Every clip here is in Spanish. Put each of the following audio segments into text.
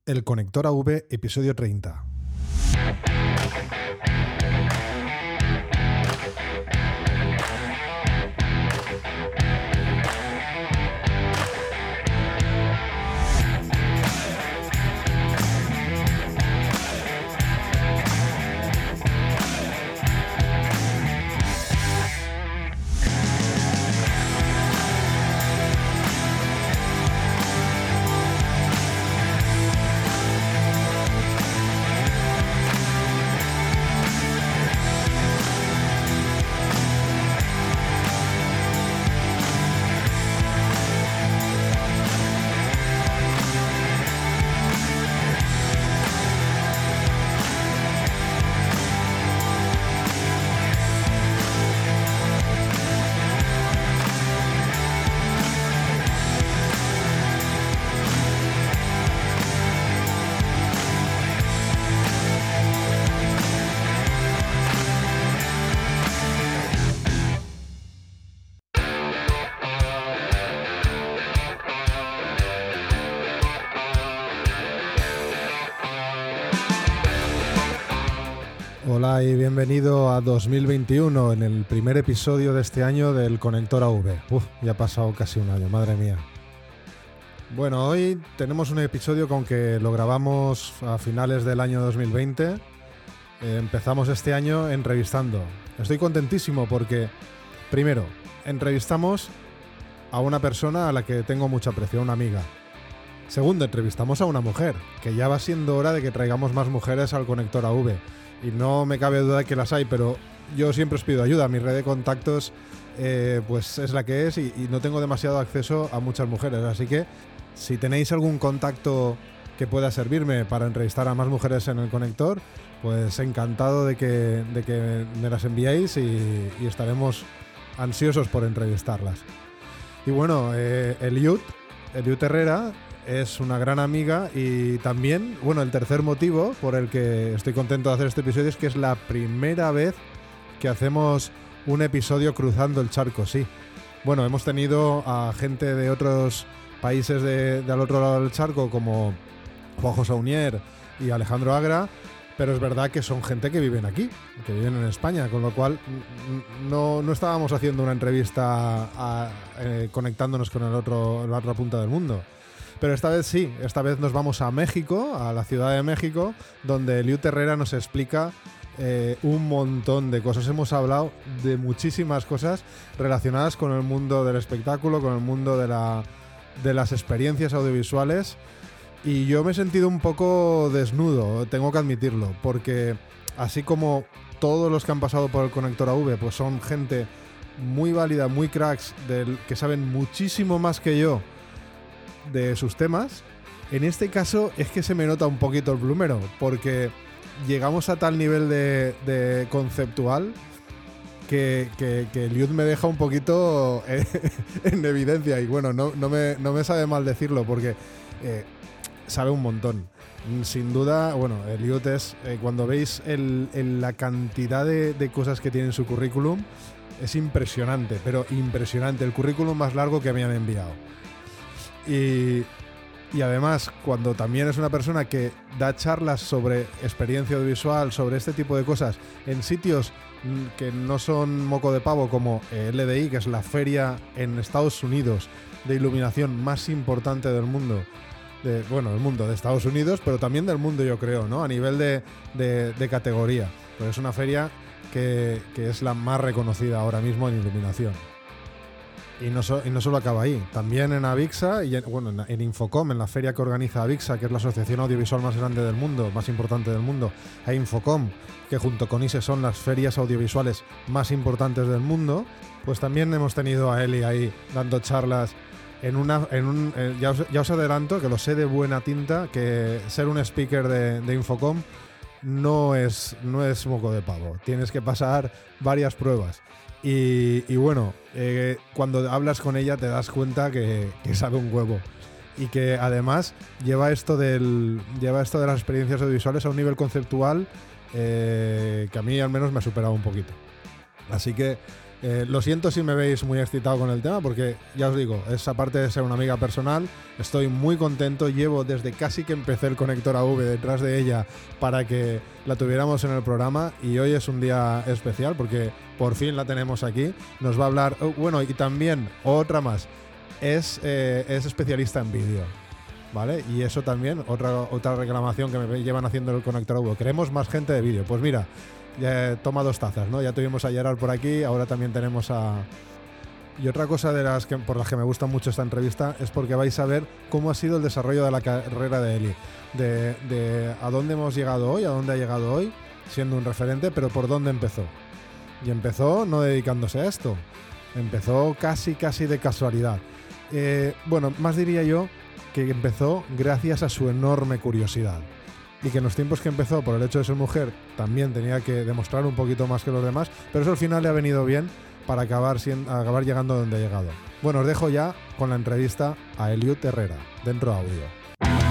El Conector AV, episodio 30. Hola y bienvenido a 2021 en el primer episodio de este año del Conector AV. Ya ha pasado casi un año, madre mía. Bueno, hoy tenemos un episodio con que lo grabamos a finales del año 2020. Empezamos este año entrevistando. Estoy contentísimo porque, primero, entrevistamos a una persona a la que tengo mucho aprecio, una amiga. Segundo, entrevistamos a una mujer, que ya va siendo hora de que traigamos más mujeres al Conector AV. Y no me cabe duda de que las hay, pero yo siempre os pido ayuda. Mi red de contactos pues es la que es y no tengo demasiado acceso a muchas mujeres. Así que si tenéis algún contacto que pueda servirme para entrevistar a más mujeres en el Conector, pues encantado de que me las enviéis y estaremos ansiosos por entrevistarlas. Y bueno, Eliud Herrera es una gran amiga y también, bueno, el tercer motivo por el que estoy contento de hacer este episodio es que es la primera vez que hacemos un episodio cruzando el charco, sí. Bueno, hemos tenido a gente de otros países de al otro lado del charco como Juanjo Saunier y Alejandro Agra, pero es verdad que son gente que viven aquí, que viven en España, con lo cual no estábamos haciendo una entrevista conectándonos con la otra punta del mundo. Pero esta vez sí, esta vez nos vamos a México, a la Ciudad de México, donde Eliud Herrera nos explica un montón de cosas. Hemos hablado de muchísimas cosas relacionadas con el mundo del espectáculo, con el mundo de las experiencias audiovisuales. Y yo me he sentido un poco desnudo, tengo que admitirlo, porque así como todos los que han pasado por el Conector AV, pues son gente muy válida, muy cracks, que saben muchísimo más que yo de sus temas. En este caso es que se me nota un poquito el plumero, porque llegamos a tal nivel de conceptual que Eliud me deja un poquito en evidencia. Y bueno, no me sabe mal decirlo, porque sabe un montón. Sin duda, bueno, Eliud es, cuando veis la cantidad de cosas que tiene en su currículum, es impresionante, pero impresionante. El currículum más largo que me han enviado. Y además, cuando también es una persona que da charlas sobre experiencia audiovisual, sobre este tipo de cosas, en sitios que no son moco de pavo, como LDI, que es la feria en Estados Unidos de iluminación más importante del mundo, del mundo de Estados Unidos, pero también del mundo, yo creo, ¿no? A nivel de categoría. Pues es una feria que es la más reconocida ahora mismo en iluminación. Y no solo acaba ahí, también en Avixa y en Infocom, en la feria que organiza Avixa, que es la asociación audiovisual más grande del mundo, más importante del mundo, e Infocom, que junto con ISE son las ferias audiovisuales más importantes del mundo, pues también hemos tenido a Eli ahí dando charlas ya os adelanto, que lo sé de buena tinta, que ser un speaker de Infocom no es moco de pavo, tienes que pasar varias pruebas. Y bueno, cuando hablas con ella te das cuenta que sabe un huevo y que además lleva esto de las experiencias audiovisuales a un nivel conceptual que a mí al menos me ha superado un poquito. Así que Lo siento si me veis muy excitado con el tema, porque ya os digo, es aparte de ser una amiga personal, estoy muy contento. Llevo desde casi que empecé el Conector AV detrás de ella para que la tuviéramos en el programa, y hoy es un día especial porque por fin la tenemos aquí. Nos va a hablar, bueno, y también otra más, es especialista en vídeo. ¿Vale? Y eso también, otra reclamación que me llevan haciendo el Conector AV. Queremos más gente de vídeo. Pues mira, ya toma 2 tazas, ¿no? Ya tuvimos a Gerard por aquí, ahora también tenemos a... Y otra cosa por las que me gusta mucho esta entrevista es porque vais a ver cómo ha sido el desarrollo de la carrera de Eli. De a dónde hemos llegado hoy, a dónde ha llegado hoy, siendo un referente, pero por dónde empezó. Y empezó no dedicándose a esto. Empezó casi de casualidad. Bueno, más diría yo que empezó gracias a su enorme curiosidad. Y que en los tiempos que empezó, por el hecho de ser mujer, también tenía que demostrar un poquito más que los demás, pero eso al final le ha venido bien para acabar llegando donde ha llegado. Bueno, os dejo ya con la entrevista a Eliud Herrera, dentro audio.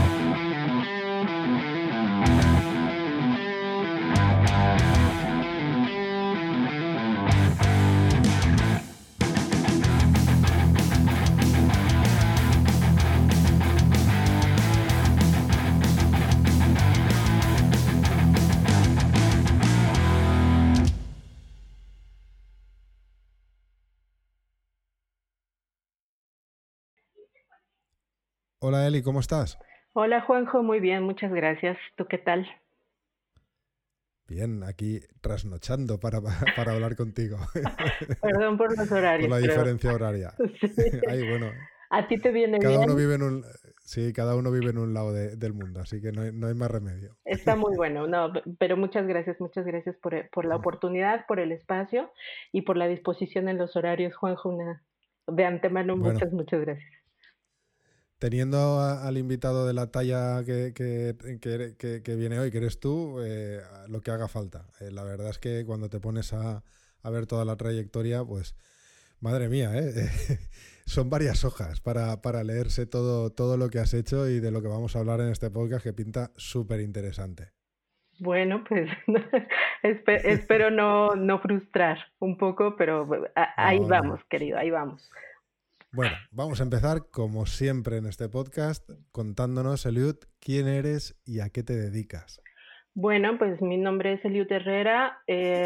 Hola Eli, ¿cómo estás? Hola Juanjo, muy bien, muchas gracias. ¿Tú qué tal? Bien, aquí trasnochando para hablar contigo. Perdón por los Por horarios, la pero diferencia horaria. sí. Ahí, bueno, ¿A ti te viene cada uno bien? vive en un... Sí, cada uno vive en un lado del mundo, así que no hay más remedio. Está muy bueno, no, pero muchas gracias por la oportunidad, por el espacio y por la disposición en los horarios, Juanjo. De antemano, Bueno, muchas gracias. teniendo al invitado de la talla que viene hoy, que eres tú, lo que haga falta. La verdad es que cuando te pones a ver toda la trayectoria, pues, madre mía, son varias hojas para leerse todo lo que has hecho y de lo que vamos a hablar en este podcast, que pinta súper interesante. Bueno, pues espero no frustrar un poco, pero ahí No, vamos, no. querido, ahí vamos. Bueno, vamos a empezar, como siempre en este podcast, contándonos, Eliud, quién eres y a qué te dedicas. Bueno, pues mi nombre es Eliud Herrera,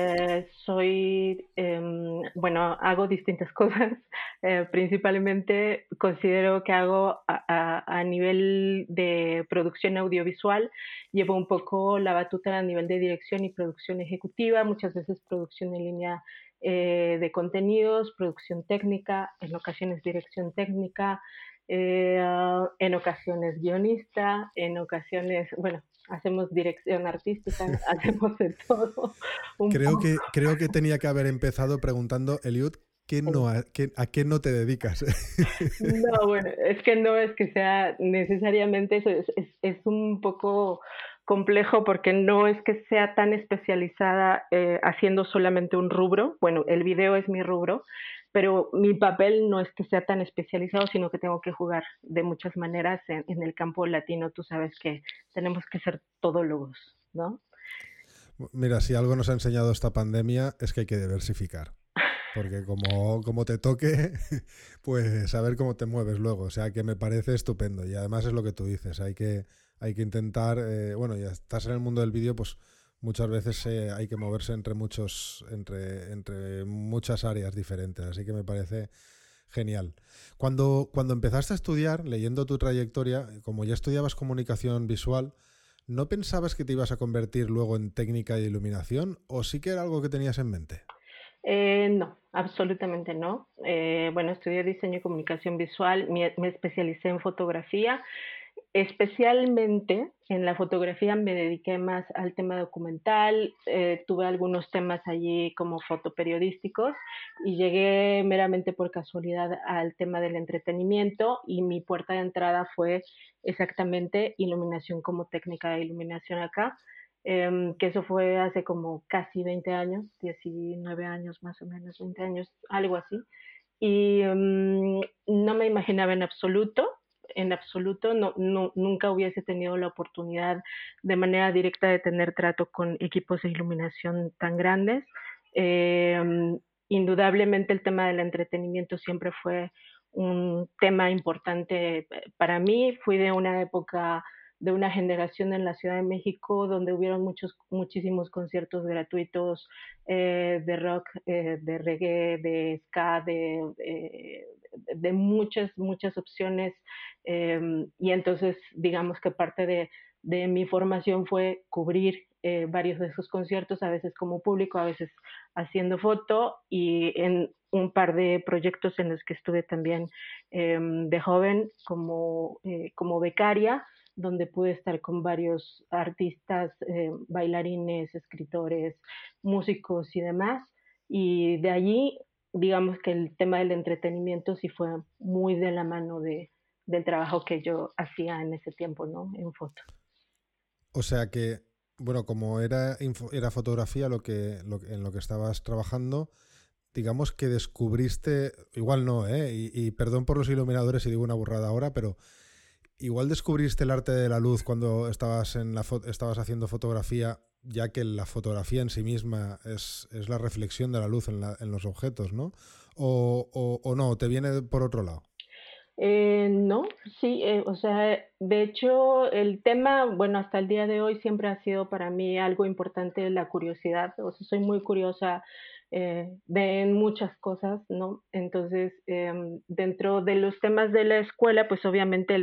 bueno, hago distintas cosas, principalmente considero que hago a nivel de producción audiovisual, llevo un poco la batuta a nivel de dirección y producción ejecutiva, muchas veces producción en línea de contenidos, producción técnica, en ocasiones dirección técnica, en ocasiones guionista, en ocasiones, bueno, hacemos dirección artística, hacemos de todo un poco. Creo que tenía que haber empezado preguntando, Eliud, ¿a qué no te dedicas? No, bueno, es que no es que sea necesariamente eso, es un poco complejo porque no es que sea tan especializada haciendo solamente un rubro. Bueno, el video es mi rubro, pero mi papel no es que sea tan especializado, sino que tengo que jugar de muchas maneras en el campo latino. Tú sabes que tenemos que ser todólogos, ¿no? Mira, si algo nos ha enseñado esta pandemia es que hay que diversificar. Porque como te toque, pues saber cómo te mueves luego. O sea, que me parece estupendo. Y además es lo que tú dices. Hay que intentar, bueno, ya estás en el mundo del vídeo, pues muchas veces hay que moverse entre muchas áreas diferentes. Así que me parece genial. Cuando empezaste a estudiar, leyendo tu trayectoria, como ya estudiabas comunicación visual, ¿no pensabas que te ibas a convertir luego en técnica de iluminación? ¿O sí que era algo que tenías en mente? No, absolutamente no. Bueno, estudié diseño y comunicación visual, me especialicé en fotografía, especialmente en la fotografía me dediqué más al tema documental, tuve algunos temas allí como fotoperiodísticos y llegué meramente por casualidad al tema del entretenimiento y mi puerta de entrada fue exactamente iluminación como técnica de iluminación acá. Que eso fue hace como casi 20 años, 19 años más o menos, 20 años, algo así. Y no me imaginaba en absoluto, nunca hubiese tenido la oportunidad de manera directa de tener trato con equipos de iluminación tan grandes. Eh, indudablemente el tema del entretenimiento siempre fue un tema importante para mí. Fui de una época, de una generación en la Ciudad de México donde hubieron muchísimos conciertos gratuitos de rock, de reggae, de ska, de muchas opciones. Y entonces, digamos que parte de mi formación fue cubrir varios de esos conciertos, a veces como público, a veces haciendo foto, y en un par de proyectos en los que estuve también de joven como becaria, donde pude estar con varios artistas, bailarines, escritores, músicos y demás. Y de allí, digamos que el tema del entretenimiento sí fue muy de la mano del trabajo que yo hacía en ese tiempo, ¿no? En foto. O sea que, bueno, como era fotografía en lo que estabas trabajando, digamos que descubriste, igual no, ¿eh? Y perdón por los iluminadores si digo una burrada ahora, pero igual descubriste el arte de la luz cuando estabas estabas haciendo fotografía, ya que la fotografía en sí misma es la reflexión de la luz en los objetos, ¿no? O no, te viene por otro lado. No, sí, o sea, de hecho, el tema, bueno, hasta el día de hoy siempre ha sido para mí algo importante la curiosidad, o sea, soy muy curiosa en muchas cosas, ¿no? Entonces, dentro de los temas de la escuela, pues obviamente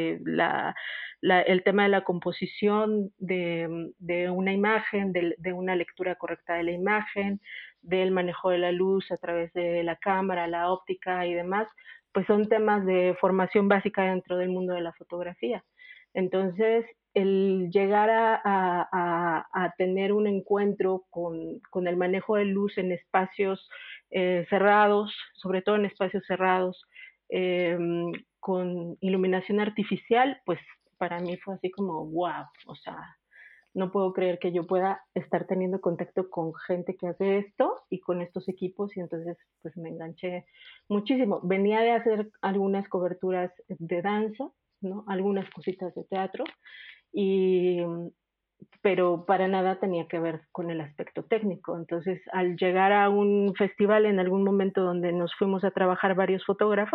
el tema de la composición de una imagen, de una lectura correcta de la imagen, del manejo de la luz a través de la cámara, la óptica y demás, pues son temas de formación básica dentro del mundo de la fotografía. Entonces, el llegar a tener un encuentro con el manejo de luz en espacios cerrados, sobre todo en espacios cerrados, eh, con iluminación artificial, pues para mí fue así como, wow, o sea, no puedo creer que yo pueda estar teniendo contacto con gente que hace esto y con estos equipos, y entonces pues me enganché muchísimo. Venía de hacer algunas coberturas de danza, ¿no? Algunas cositas de teatro, y, pero para nada tenía que ver con el aspecto técnico. Entonces, al llegar a un festival en algún momento donde nos fuimos a trabajar varios fotógrafos,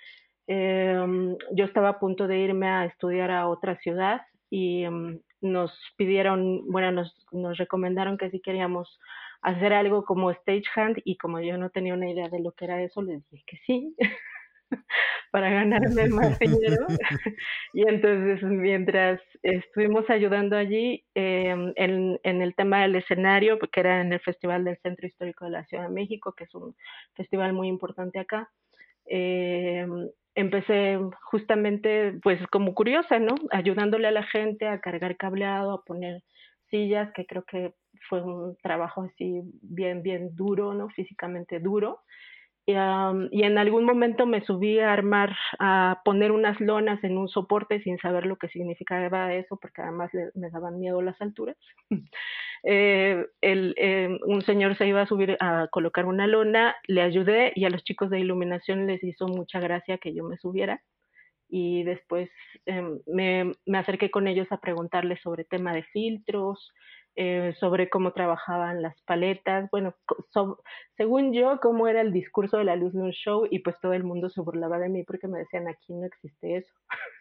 yo estaba a punto de irme a estudiar a otra ciudad y nos pidieron, bueno, nos recomendaron que si queríamos hacer algo como stagehand, y como yo no tenía una idea de lo que era eso, les dije que sí, para ganarme más dinero. Y entonces, mientras estuvimos ayudando allí en el tema del escenario, que era en el Festival del Centro Histórico de la Ciudad de México, que es un festival muy importante acá, eh, empecé justamente pues como curiosa, ¿no? Ayudándole a la gente a cargar cableado, a poner sillas, que creo que fue un trabajo así bien duro, ¿no? Físicamente duro. Y en algún momento me subí a armar, a poner unas lonas en un soporte sin saber lo que significaba eso, porque además me daban miedo las alturas. Un señor se iba a subir a colocar una lona, le ayudé, y a los chicos de iluminación les hizo mucha gracia que yo me subiera. Y después me acerqué con ellos a preguntarles sobre tema de filtros, sobre cómo trabajaban las paletas, bueno, según yo, cómo era el discurso de la luz de un show, y pues todo el mundo se burlaba de mí porque me decían, aquí no existe eso.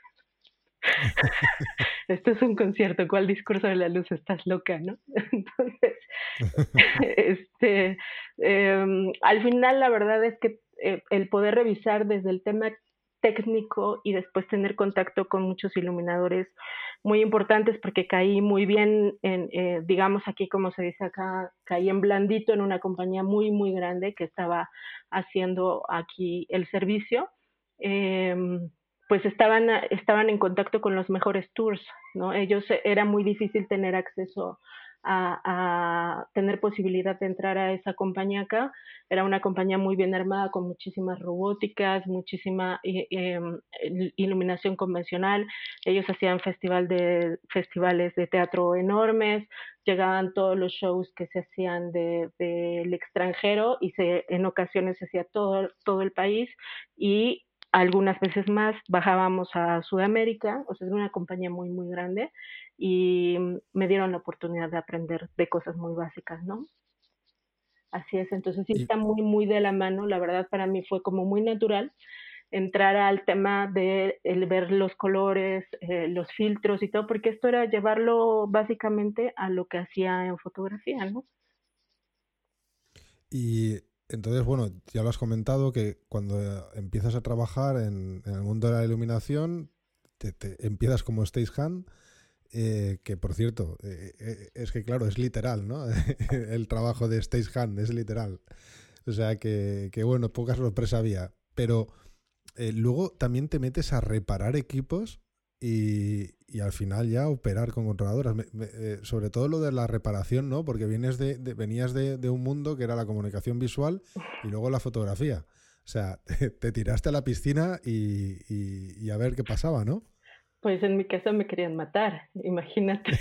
Esto es un concierto, ¿cuál discurso de la luz? Estás loca, ¿no? Entonces, este, al final la verdad es que el poder revisar desde el tema técnico y después tener contacto con muchos iluminadores muy importantes, porque caí muy bien digamos aquí como se dice acá, caí en blandito en una compañía muy grande que estaba haciendo aquí el servicio. Eh, pues estaban en contacto con los mejores tours, ¿no? Ellos, era muy difícil tener acceso a tener posibilidad de entrar a esa compañía acá. Era una compañía muy bien armada, con muchísimas robóticas, muchísima iluminación convencional. Ellos hacían festivales de teatro enormes, llegaban todos los shows que se hacían del extranjero, y en ocasiones se hacía todo el país, y algunas veces más bajábamos a Sudamérica. O sea, es una compañía muy grande, y me dieron la oportunidad de aprender de cosas muy básicas, ¿no? Así es, entonces sí Y está muy, muy de la mano. La verdad para mí fue como muy natural entrar al tema de el ver los colores, los filtros y todo, porque esto era llevarlo básicamente a lo que hacía en fotografía, ¿no? Y entonces, bueno, ya lo has comentado que cuando empiezas a trabajar en el mundo de la iluminación, te empiezas como stagehand, que por cierto, es que claro, es literal, ¿no? El trabajo de stagehand es literal. O sea que bueno, poca sorpresa había. Pero luego también te metes a reparar equipos y al final ya operar con controladoras. Sobre todo lo de la reparación, ¿no? Porque venías de un mundo que era la comunicación visual y luego la fotografía. O sea, te tiraste a la piscina y a ver qué pasaba, ¿no? Pues en mi caso me querían matar, imagínate.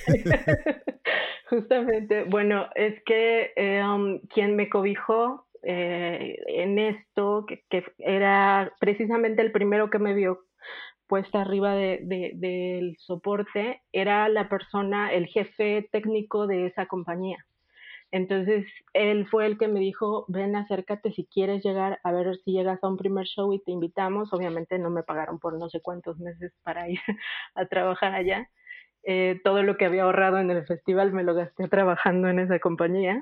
Justamente, bueno, es que quien me cobijó en esto, que era precisamente el primero que me vio puesta arriba del soporte, era la persona, el jefe técnico de esa compañía. Entonces, él fue el que me dijo, ven, acércate si quieres llegar, a ver si llegas a un primer show y te invitamos. Obviamente no me pagaron por no sé cuántos meses para ir a trabajar allá. Todo lo que había ahorrado en el festival me lo gasté trabajando en esa compañía,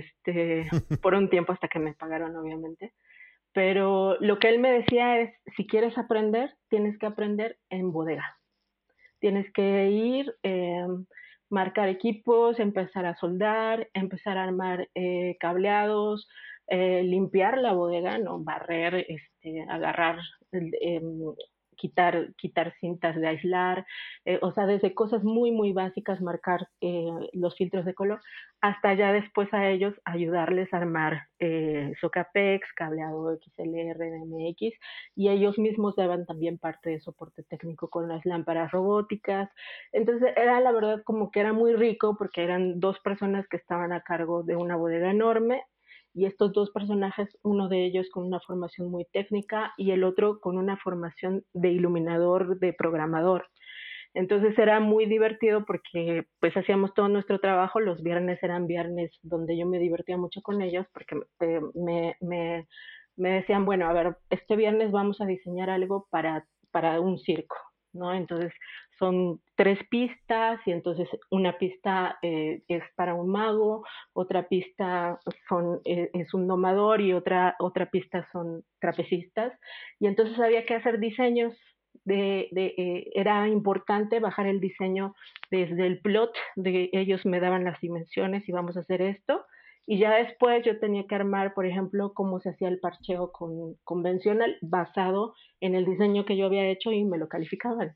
por un tiempo hasta que me pagaron, obviamente. Pero lo que él me decía es, si quieres aprender, tienes que aprender en bodega. Tienes que ir, marcar equipos, empezar a soldar, empezar a armar cableados, limpiar la bodega, ¿no? Barrer, agarrar, eh, quitar cintas de aislar, o sea, desde cosas muy, muy básicas, marcar los filtros de color, hasta ya después a ellos ayudarles a armar Socapex, cableado XLR, DMX, y ellos mismos daban también parte de soporte técnico con las lámparas robóticas. Entonces era la verdad como que era muy rico porque eran dos personas que estaban a cargo de una bodega enorme y estos dos personajes, uno de ellos con una formación muy técnica y el otro con una formación de iluminador, de programador. Entonces era muy divertido porque pues hacíamos todo nuestro trabajo, los viernes eran viernes donde yo me divertía mucho con ellos porque me decían, bueno, a ver, este viernes vamos a diseñar algo para un circo, ¿no? Entonces son 3 pistas y entonces una pista es para un mago, otra pista es un domador y otra pista son trapecistas y entonces había que hacer diseños era importante bajar el diseño desde el plot, de ellos me daban las dimensiones y vamos a hacer esto, y ya después yo tenía que armar, por ejemplo, cómo se hacía el parcheo convencional basado en el diseño que yo había hecho y me lo calificaban.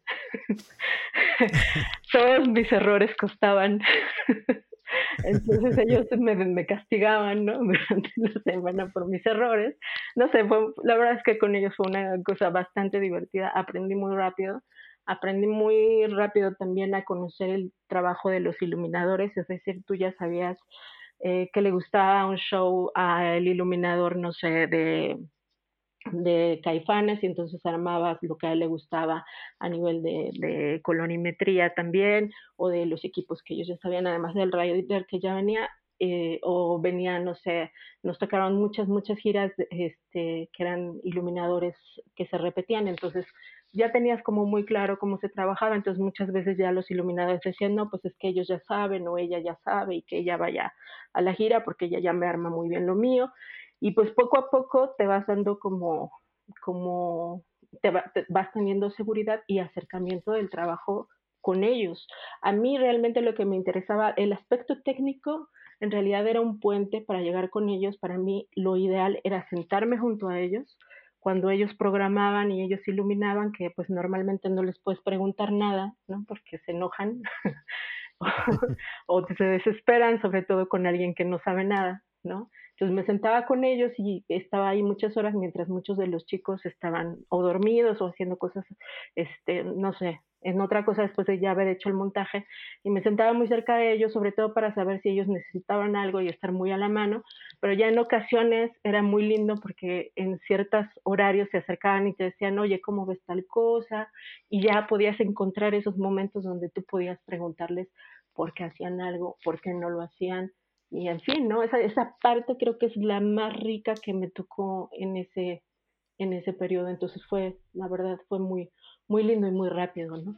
Todos mis errores costaban. Entonces ellos me castigaban, ¿no? Durante la semana por mis errores. No sé, la verdad es que con ellos fue una cosa bastante divertida. Aprendí muy rápido también a conocer el trabajo de los iluminadores, es decir, tú ya sabías que le gustaba un show al iluminador, no sé, de Caifanes y entonces armabas lo que a él le gustaba a nivel de colorimetría también o de los equipos que ellos ya sabían, además del Raider que ya venía, o venía, no sé, nos tocaron muchas giras que eran iluminadores que se repetían, entonces ya tenías como muy claro cómo se trabajaba, entonces muchas veces ya los iluminadores decían, no, pues es que ellos ya saben o ella ya sabe y que ella vaya a la gira porque ella ya me arma muy bien lo mío y pues poco a poco te vas dando como te vas teniendo seguridad y acercamiento del trabajo con ellos. A mí realmente lo que me interesaba, el aspecto técnico, en realidad era un puente para llegar con ellos. Para mí lo ideal era sentarme junto a ellos cuando ellos programaban y ellos iluminaban, que pues normalmente no les puedes preguntar nada, ¿no? Porque se enojan o se desesperan, sobre todo con alguien que no sabe nada, ¿no? Entonces me sentaba con ellos y estaba ahí muchas horas mientras muchos de los chicos estaban o dormidos o haciendo cosas, no sé, en otra cosa después de ya haber hecho el montaje y me sentaba muy cerca de ellos, sobre todo para saber si ellos necesitaban algo y estar muy a la mano, pero ya en ocasiones era muy lindo porque en ciertos horarios se acercaban y te decían, oye, ¿cómo ves tal cosa? Y ya podías encontrar esos momentos donde tú podías preguntarles por qué hacían algo, por qué no lo hacían, en fin, ¿no? Esa parte creo que es la más rica que me tocó en ese periodo. Entonces la verdad, fue muy, muy lindo y muy rápido, ¿no?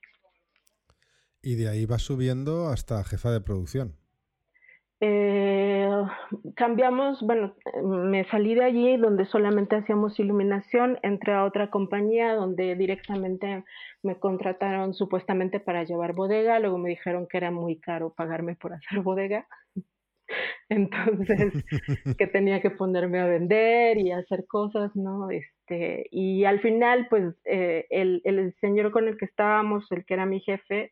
Y de ahí vas subiendo hasta jefa de producción. Eh, Cambiamos, bueno, me salí de allí donde solamente hacíamos iluminación, entré a otra compañía donde directamente me contrataron supuestamente para llevar bodega, luego me dijeron que era muy caro pagarme por hacer bodega, entonces que tenía que ponerme a vender y hacer cosas, ¿no? Y al final, pues el señor con el que estábamos, el que era mi jefe,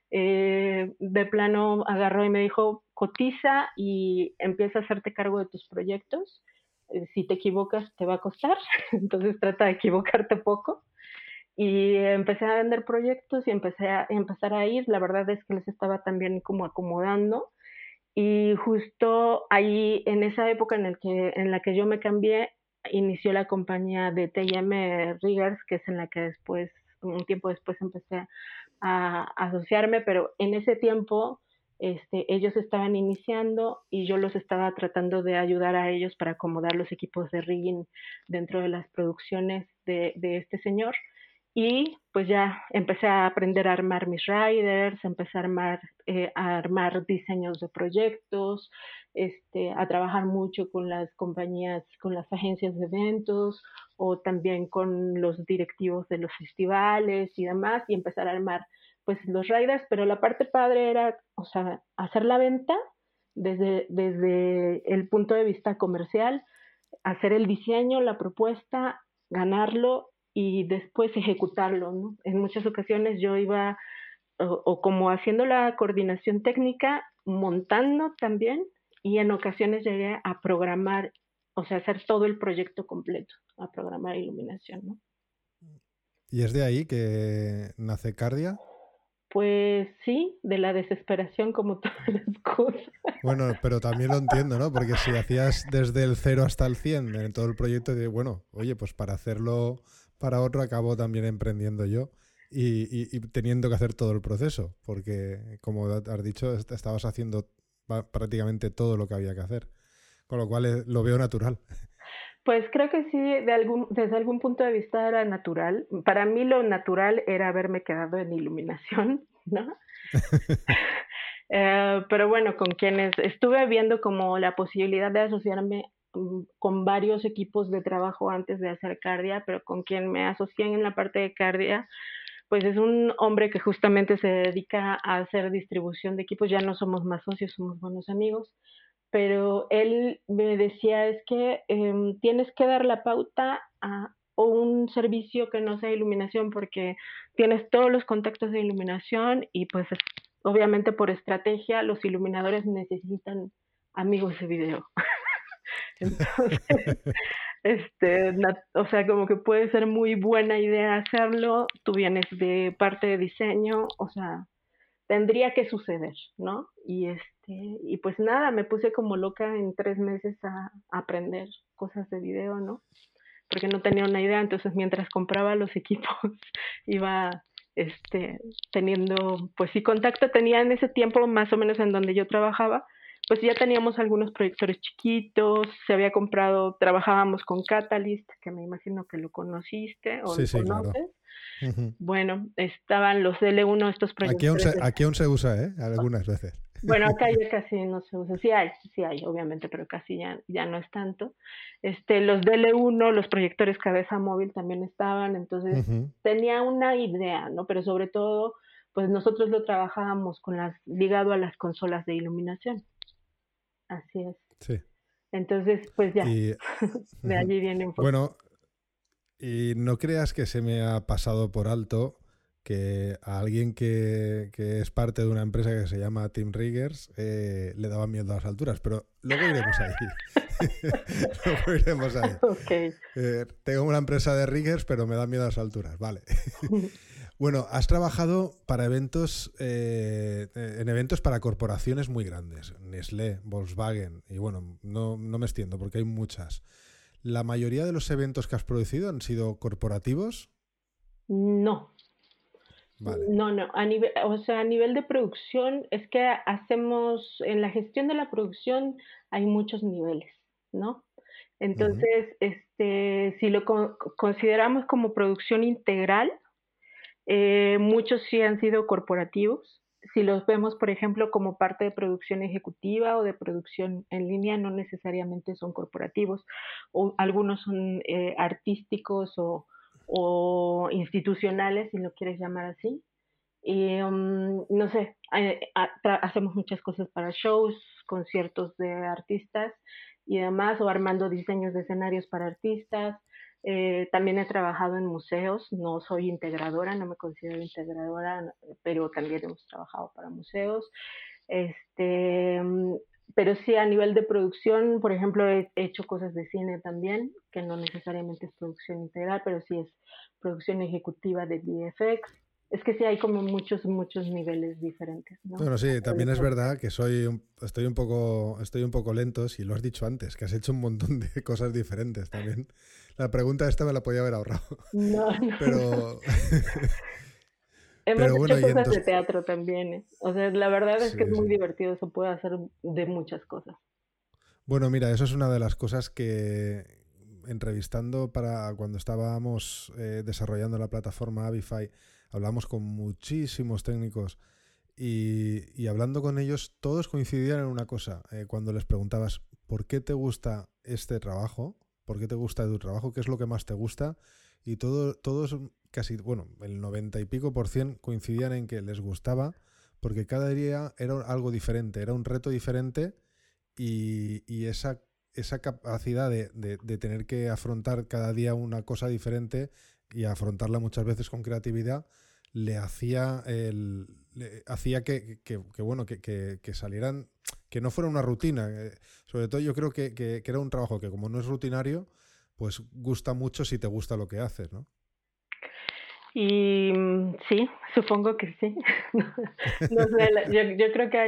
de plano agarró y me dijo, cotiza y empieza a hacerte cargo de tus proyectos. Si te equivocas, te va a costar, entonces trata de equivocarte poco. Y empecé a vender proyectos y empezar a ir. La verdad es que les estaba también como acomodando y justo ahí, en esa época en la que yo me cambié, inició la compañía de T&M Riggers, que es en la que después, un tiempo después empecé a asociarme, pero en ese tiempo ellos estaban iniciando y yo los estaba tratando de ayudar a ellos para acomodar los equipos de rigging dentro de las producciones de este señor. Y pues ya empecé a aprender a armar mis riders, empecé a armar diseños de proyectos, a trabajar mucho con las compañías, con las agencias de eventos o también con los directivos de los festivales y demás, y empezar a armar pues los riders, pero la parte padre era, o sea, hacer la venta desde el punto de vista comercial, hacer el diseño, la propuesta, ganarlo y después ejecutarlo, ¿no? En muchas ocasiones yo iba o como haciendo la coordinación técnica, montando también, y en ocasiones llegué a programar, o sea, hacer todo el proyecto completo, a programar iluminación, ¿no? ¿Y es de ahí que nace Cardia? Pues sí, de la desesperación como todas las cosas. Bueno, pero también lo entiendo, ¿no? Porque si hacías desde el 0 hasta el 100 en todo el proyecto, bueno, oye, pues para hacerlo para otro acabo también emprendiendo yo y teniendo que hacer todo el proceso, porque como has dicho, estabas haciendo prácticamente todo lo que había que hacer, con lo cual lo veo natural. Pues creo que sí, desde algún punto de vista era natural. Para mí lo natural era haberme quedado en iluminación, ¿no? Pero bueno, con quienes estuve viendo como la posibilidad de asociarme con varios equipos de trabajo antes de hacer Cardia, pero con quien me asocié en la parte de Cardia, pues es un hombre que justamente se dedica a hacer distribución de equipos. Ya no somos más socios, somos buenos amigos, pero él me decía es que tienes que dar la pauta a o un servicio que no sea iluminación porque tienes todos los contactos de iluminación y pues obviamente por estrategia los iluminadores necesitan amigos de video. Entonces, o sea, como que puede ser muy buena idea hacerlo, tú vienes de parte de diseño, o sea, tendría que suceder, ¿no? Y pues nada, me puse como loca en 3 meses a aprender cosas de video, ¿no? Porque no tenía una idea, entonces mientras compraba los equipos iba teniendo, pues sí, contacto tenía en ese tiempo más o menos en donde yo trabajaba, pues ya teníamos algunos proyectores chiquitos, se había comprado, trabajábamos con Catalyst, que me imagino que lo conociste o Sí, lo sí, claro. conoces. Uh-huh. Bueno, estaban los DL1, estos proyectores. Aquí aún se usa, ¿eh? Algunas veces. Bueno, acá ya casi no se usa. Sí hay, obviamente, pero casi ya no es tanto. Los DL1, los proyectores cabeza móvil también estaban, entonces Uh-huh. tenía una idea, ¿no? Pero sobre todo, pues nosotros lo trabajábamos ligado a las consolas de iluminación. Así es. Sí. Entonces, pues ya, Y, de uh-huh. allí viene un poco. Bueno, y no creas que se me ha pasado por alto que a alguien que es parte de una empresa que se llama Team Riggers le daba miedo a las alturas, pero luego iremos ahí. Luego iremos ahí. Ok. Tengo una empresa de riggers, pero me da miedo a las alturas. Vale. Bueno, has trabajado para eventos, en eventos para corporaciones muy grandes, Nestlé, Volkswagen, y bueno, no me extiendo porque hay muchas. ¿La mayoría de los eventos que has producido han sido corporativos? No, Vale. No, no, o sea, a nivel de producción es que hacemos, en la gestión de la producción hay muchos niveles, ¿no? Ujú. Entonces, si lo consideramos como producción integral, muchos sí han sido corporativos. Si los vemos, por ejemplo, como parte de producción ejecutiva o de producción en línea, no necesariamente son corporativos. O algunos son artísticos o institucionales, si lo quieres llamar así. Y no sé, hacemos muchas cosas para shows, conciertos de artistas y demás, o armando diseños de escenarios para artistas. También he trabajado en museos, no soy integradora, no me considero integradora, pero también hemos trabajado para museos. Este, mm, pero sí, a nivel de producción, por ejemplo, he hecho cosas de cine también, que no necesariamente es producción integral, pero sí es producción ejecutiva de VFX. Es que sí hay como muchos niveles diferentes, ¿no? Bueno, A sí, nivel de también es producción. verdad que estoy un poco lento, si lo has dicho antes, que has hecho un montón de cosas diferentes también. La pregunta esta me la podía haber ahorrado. No, no, no. Pero, Hemos pero bueno, hecho y cosas de entonces, teatro también, ¿eh? O sea, la verdad es que es sí, muy sí. divertido, se puede hacer de muchas cosas. Bueno, mira, eso es una de las cosas que entrevistando para cuando estábamos desarrollando la plataforma Avify, hablamos con muchísimos técnicos y hablando con ellos, todos coincidían en una cosa. Cuando les preguntabas, ¿por qué te gusta este trabajo? ¿Por qué te gusta tu trabajo? ¿Qué es lo que más te gusta? Y todos, casi, bueno, el 90 y pico por cien coincidían en que les gustaba porque cada día era algo diferente, era un reto diferente y esa capacidad de tener que afrontar cada día una cosa diferente y afrontarla muchas veces con creatividad le hacía bueno que salieran, que no fuera una rutina. Sobre todo yo creo que era un trabajo que como no es rutinario, pues gusta mucho si te gusta lo que haces, ¿no? Y sí, supongo que sí. No sé, yo creo que hay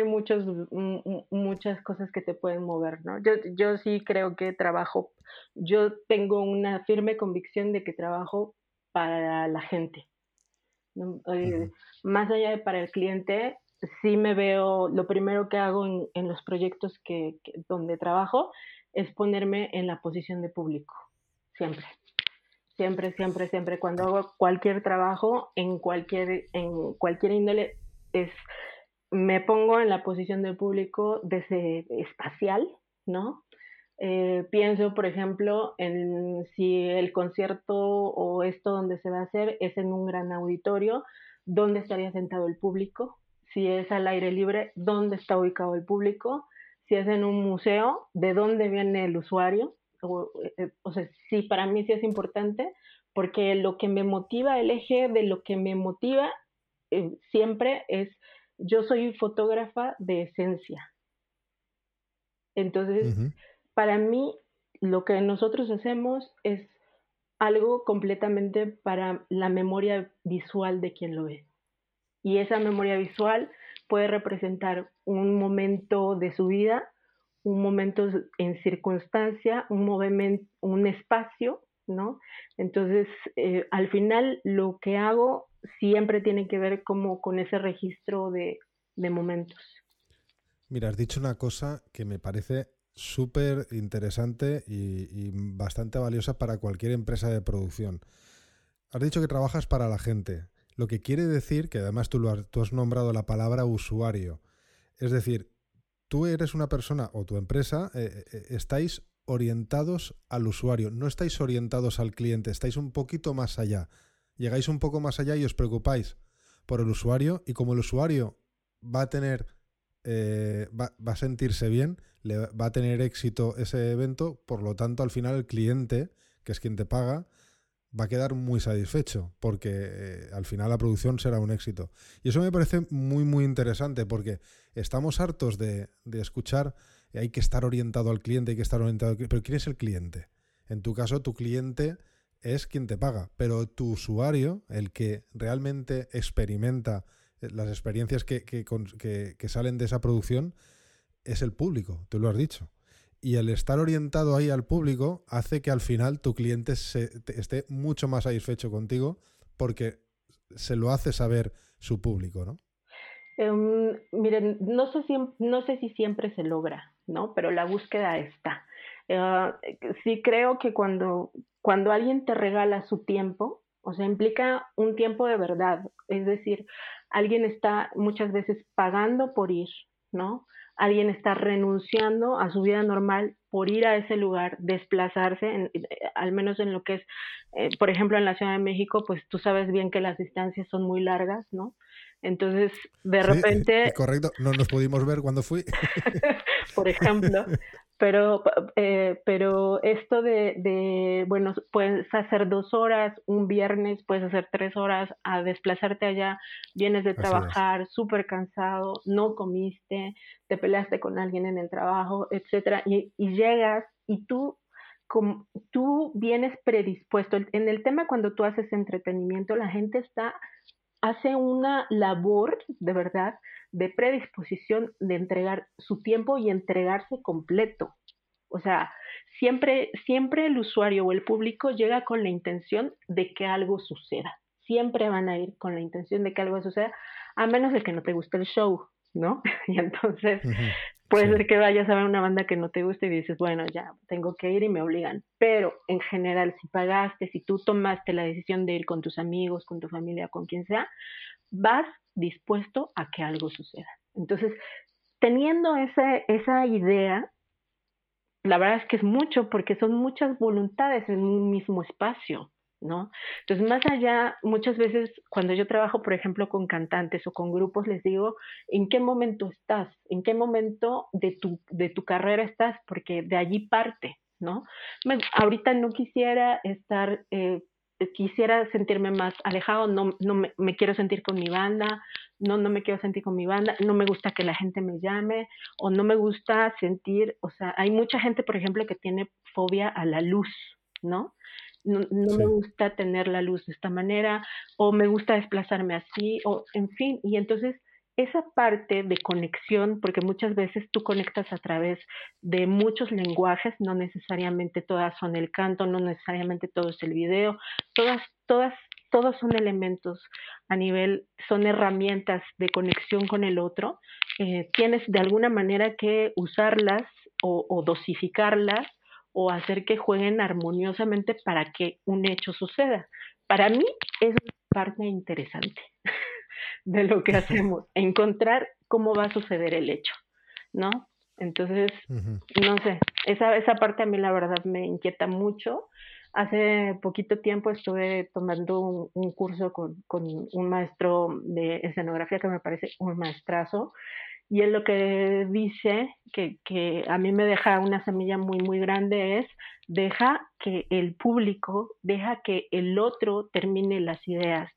muchas cosas que te pueden mover, ¿no? Yo sí creo que yo tengo una firme convicción de que trabajo para la gente, ¿no? Ujú. Más allá de para el cliente, sí me veo, lo primero que hago en los proyectos donde trabajo es ponerme en la posición de público, siempre. Siempre, siempre, siempre. Cuando hago cualquier trabajo, en cualquier índole, es, me pongo en la posición del público desde espacial, ¿no? Pienso, por ejemplo, en si el concierto o esto donde se va a hacer es en un gran auditorio, ¿dónde estaría sentado el público? Si es al aire libre, ¿dónde está ubicado el público? Si es en un museo, ¿de dónde viene el usuario? O sea, sí, para mí sí es importante, porque lo que me motiva, el eje de lo que me motiva siempre es, yo soy fotógrafa de esencia. Entonces, Ujú. para mí, lo que nosotros hacemos es algo completamente para la memoria visual de quien lo ve. Y esa memoria visual puede representar un momento de su vida, un momento en circunstancia, un espacio, ¿no? Entonces, al final, lo que hago siempre tiene que ver como con ese registro de momentos. Mira, has dicho una cosa que me parece súper interesante y bastante valiosa para cualquier empresa de producción. Has dicho que trabajas para la gente, lo que quiere decir que además tú has nombrado la palabra usuario. Es decir, tú eres una persona o tu empresa, estáis orientados al usuario, no estáis orientados al cliente, estáis un poquito más allá. Llegáis un poco más allá y os preocupáis por el usuario y como el usuario va a tener, va a sentirse bien, va a tener éxito ese evento, por lo tanto al final el cliente, que es quien te paga, va a quedar muy satisfecho porque al final la producción será un éxito. Y eso me parece muy, muy interesante porque estamos hartos de escuchar hay que estar orientado al cliente, hay que estar orientado al cliente. Pero ¿quién es el cliente? En tu caso, tu cliente es quien te paga, pero tu usuario, el que realmente experimenta las experiencias que salen de esa producción, es el público, tú lo has dicho. Y el estar orientado ahí al público hace que al final tu cliente esté mucho más satisfecho contigo porque se lo hace saber su público, ¿no? Miren, no sé si siempre se logra, ¿no? Pero la búsqueda está. Eh, sí creo que cuando alguien te regala su tiempo, o sea, implica un tiempo de verdad, es decir, alguien está muchas veces pagando por ir, ¿no? Alguien está renunciando a su vida normal por ir a ese lugar, desplazarse, al menos en lo que es, por ejemplo, en la Ciudad de México, pues tú sabes bien que las distancias son muy largas, ¿no? Entonces, de Sí, repente, correcto. No nos pudimos ver cuando fui. por ejemplo, pero esto bueno, puedes hacer 2 horas, un viernes puedes hacer 3 horas, a desplazarte allá, vienes de Así es. trabajar súper cansado, no comiste, te peleaste con alguien en el trabajo, etcétera, y llegas y tú vienes predispuesto. En el tema cuando tú haces entretenimiento, la gente hace una labor de verdad de predisposición de entregar su tiempo y entregarse completo. O sea, siempre el usuario o el público llega con la intención de que algo suceda. Siempre van a ir con la intención de que algo suceda, a menos de que no te guste el show, ¿no? Y entonces Ujú. puede Sí. ser que vayas a ver una banda que no te guste y dices, bueno, ya tengo que ir y me obligan. Pero en general, si pagaste, si tú tomaste la decisión de ir con tus amigos, con tu familia, con quien sea, vas dispuesto a que algo suceda. Entonces, teniendo esa idea, la verdad es que es mucho porque son muchas voluntades en un mismo espacio, ¿no? Entonces, más allá, muchas veces cuando yo trabajo, por ejemplo, con cantantes o con grupos, les digo, ¿en qué momento estás? ¿En qué momento de tu carrera estás? Porque de allí parte, ¿no? Ahorita no quisiera quisiera sentirme más alejado, no me quiero sentir con mi banda, no me quiero sentir con mi banda, no me gusta que la gente me llame, o no me gusta sentir, o sea, hay mucha gente, por ejemplo, que tiene fobia a la luz, ¿no? No me Sí. gusta tener la luz de esta manera, o me gusta desplazarme así, o en fin, y entonces esa parte de conexión, porque muchas veces tú conectas a través de muchos lenguajes, no necesariamente todas son el canto, no necesariamente todo es el video, todas, todas, todos son elementos a nivel, son herramientas de conexión con el otro, tienes de alguna manera que usarlas o dosificarlas o hacer que jueguen armoniosamente para que un hecho suceda. Para mí es una parte interesante de lo que hacemos, encontrar cómo va a suceder el hecho, ¿no? Entonces, Ujú. no sé, esa parte a mí la verdad me inquieta mucho. Hace poquito tiempo estuve tomando un curso con un maestro de escenografía que me parece un maestrazo, y él lo que dice, que a mí me deja una semilla muy, muy grande, es deja que el público, deja que el otro termine las ideas,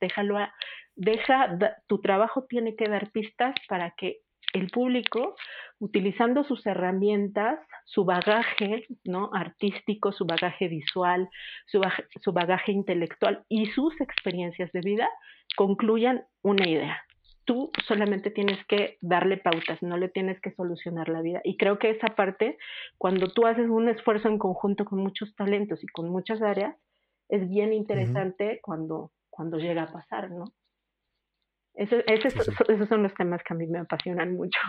tu trabajo tiene que dar pistas para que el público, utilizando sus herramientas, su bagaje, ¿no?, artístico, su bagaje visual, su bagaje intelectual y sus experiencias de vida, concluyan una idea. Tú solamente tienes que darle pautas, no le tienes que solucionar la vida. Y creo que esa parte, cuando tú haces un esfuerzo en conjunto con muchos talentos y con muchas áreas, es bien Ujú. interesante cuando llega a pasar, ¿no? Sí, sí. Esos son los temas que a mí me apasionan mucho.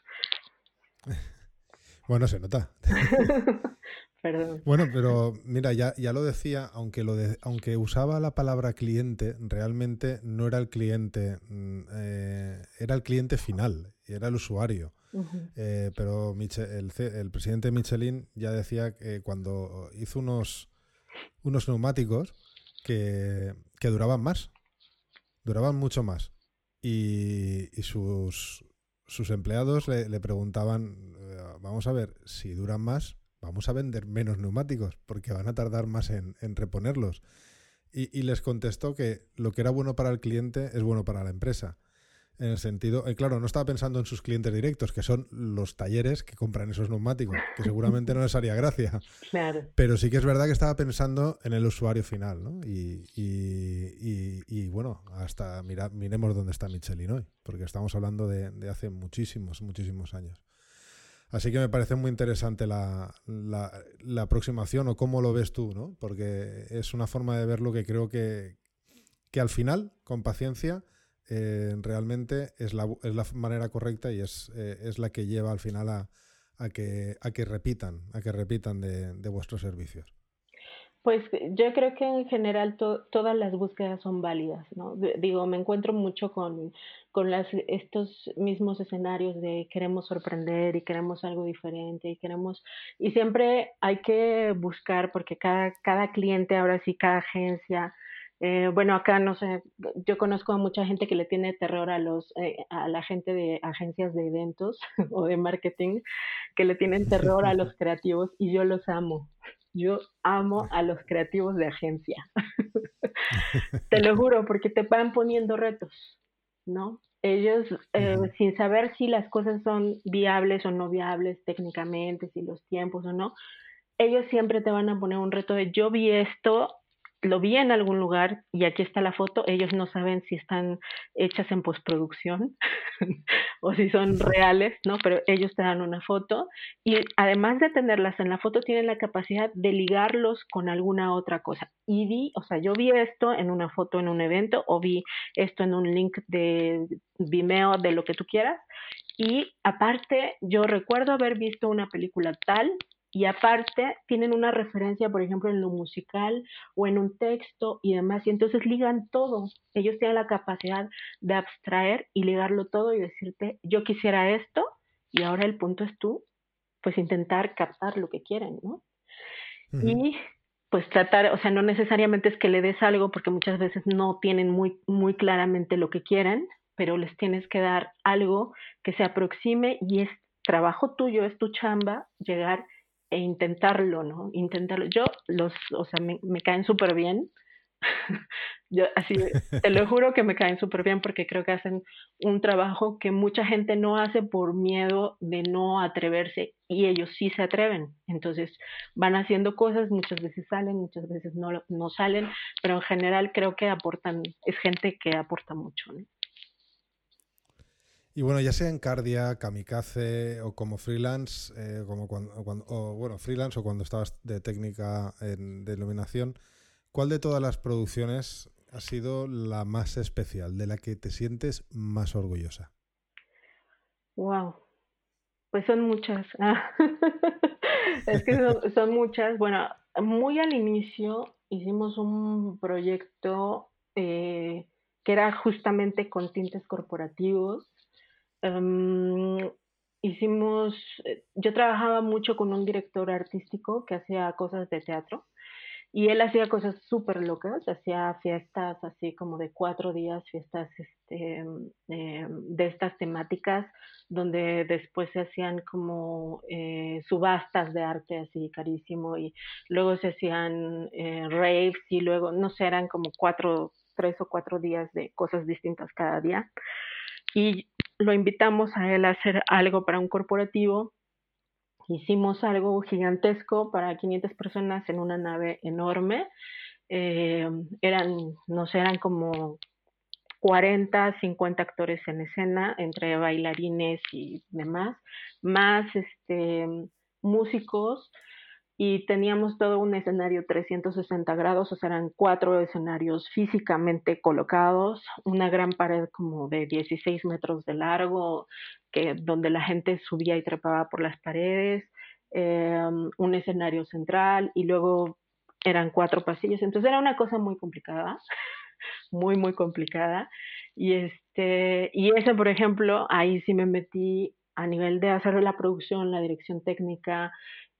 Bueno, se nota. Perdón. Bueno, pero mira, ya lo decía, aunque usaba la palabra cliente, realmente no era el cliente, era el cliente final, era el usuario. Ujú. Pero el presidente Michelin ya decía que cuando hizo unos neumáticos que duraban mucho más. Y sus empleados le preguntaban, vamos a ver, si duran más, vamos a vender menos neumáticos, porque van a tardar más en reponerlos. Y les contestó que lo que era bueno para el cliente es bueno para la empresa. En el sentido, claro, no estaba pensando en sus clientes directos, que son los talleres que compran esos neumáticos, que seguramente no les haría gracia. Claro. Pero sí que es verdad que estaba pensando en el usuario final, ¿no? Y bueno, hasta miremos dónde está Michelin hoy, porque estamos hablando de hace muchísimos, muchísimos años. Así que me parece muy interesante la aproximación o cómo lo ves tú, ¿no? Porque es una forma de verlo que creo que que al final, con paciencia, realmente es la manera correcta y es la que lleva al final a que repitan de vuestros servicios. Pues yo creo que en general todas las búsquedas son válidas, ¿no? Digo, me encuentro mucho con estos mismos escenarios de queremos sorprender y queremos algo diferente y siempre hay que buscar porque cada cliente, ahora sí, cada agencia, bueno, acá no sé, yo conozco a mucha gente que le tiene terror a la gente de agencias de eventos o de marketing, que le tienen terror a los creativos y yo los amo. Yo amo a los creativos de agencia. Te lo juro, porque te van poniendo retos, ¿no? Ellos, Ujú. sin saber si las cosas son viables o no viables técnicamente, si los tiempos o no, ellos siempre te van a poner un reto de yo vi esto, lo vi en algún lugar y aquí está la foto, ellos no saben si están hechas en postproducción o si son reales, ¿no? Pero ellos te dan una foto y además de tenerlas en la foto, tienen la capacidad de ligarlos con alguna otra cosa. Y o sea, yo vi esto en una foto en un evento o vi esto en un link de Vimeo, de lo que tú quieras. Y aparte, yo recuerdo haber visto una película tal y aparte tienen una referencia, por ejemplo, en lo musical o en un texto y demás, y entonces ligan todo. Ellos tienen la capacidad de abstraer y ligarlo todo y decirte, yo quisiera esto, y ahora el punto es tú, pues intentar captar lo que quieren, ¿no? Ujú. Y pues tratar, o sea, no necesariamente es que le des algo, porque muchas veces no tienen muy claramente lo que quieren, pero les tienes que dar algo que se aproxime y es trabajo tuyo, es tu chamba llegar e intentarlo, ¿no? Intentarlo. O sea, me caen súper bien, yo así, te lo juro que me caen súper bien porque creo que hacen un trabajo que mucha gente no hace por miedo de no atreverse y ellos sí se atreven. Entonces van haciendo cosas, muchas veces salen, muchas veces no salen, pero en general creo que aportan, es gente que aporta mucho, ¿no? Y bueno, ya sea en Cardia, Kamikaze o como freelance, como o bueno, freelance o cuando estabas de técnica de iluminación, ¿cuál de todas las producciones ha sido la más especial, de la que te sientes más orgullosa? Wow, pues son muchas. Es que son muchas. Bueno, muy al inicio hicimos un proyecto que era justamente con tintes corporativos. Em, hicimos, yo trabajaba mucho con un director artístico que hacía cosas de teatro y él hacía cosas súper locas, hacía fiestas así como de 4 días, fiestas de estas temáticas, donde después se hacían como subastas de arte así carísimo y luego se hacían raves y luego, no sé, eran como 3 o 4 días de cosas distintas cada día. Y lo invitamos a él a hacer algo para un corporativo. Hicimos algo gigantesco para 500 personas en una nave enorme. Eh, eran, no sé, eran como 40, 50 actores en escena, entre bailarines y demás, más músicos, y teníamos todo un escenario 360 grados, o sea, eran 4 escenarios físicamente colocados, una gran pared como de 16 metros de largo, donde la gente subía y trepaba por las paredes, un escenario central y luego eran 4 pasillos, entonces era una cosa muy complicada, muy complicada. Y ese, por ejemplo, ahí sí me metí a nivel de hacer la producción, la dirección técnica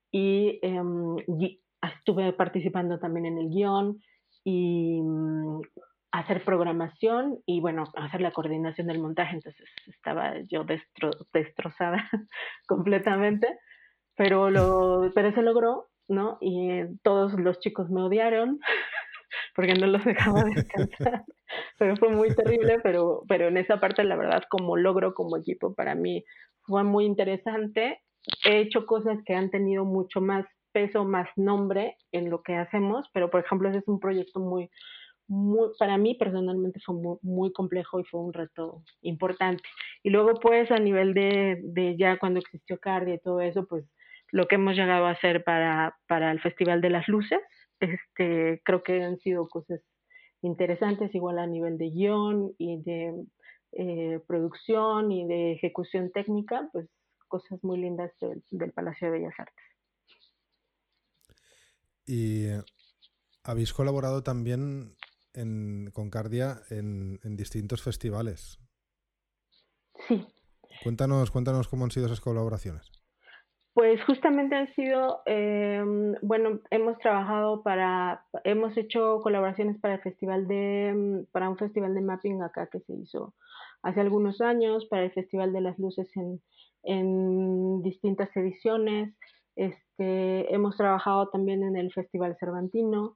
y estuve participando también en el guión y hacer programación y bueno, hacer la coordinación del montaje. Entonces estaba yo destrozada completamente, pero se logró, ¿no? Y todos los chicos me odiaron porque no los dejaba descansar, pero fue muy terrible, pero en esa parte la verdad como logro como equipo para mí fue muy interesante. He hecho cosas que han tenido mucho más peso, más nombre en lo que hacemos, pero por ejemplo ese es un proyecto para mí personalmente fue muy complejo y fue un reto importante. Y luego pues a nivel de ya cuando existió Cardia y todo eso, pues lo que hemos llegado a hacer para el Festival de las Luces, creo que han sido cosas interesantes, igual a nivel de guión y de producción y de ejecución técnica, pues cosas muy lindas del Palacio de Bellas Artes. Y habéis colaborado también con Cardia en distintos festivales. Sí. Cuéntanos cómo han sido esas colaboraciones. Pues justamente han sido, bueno, hemos hecho colaboraciones para un festival de mapping acá que se hizo hace algunos años, para el Festival de las Luces en distintas ediciones. Hemos trabajado también en el Festival Cervantino.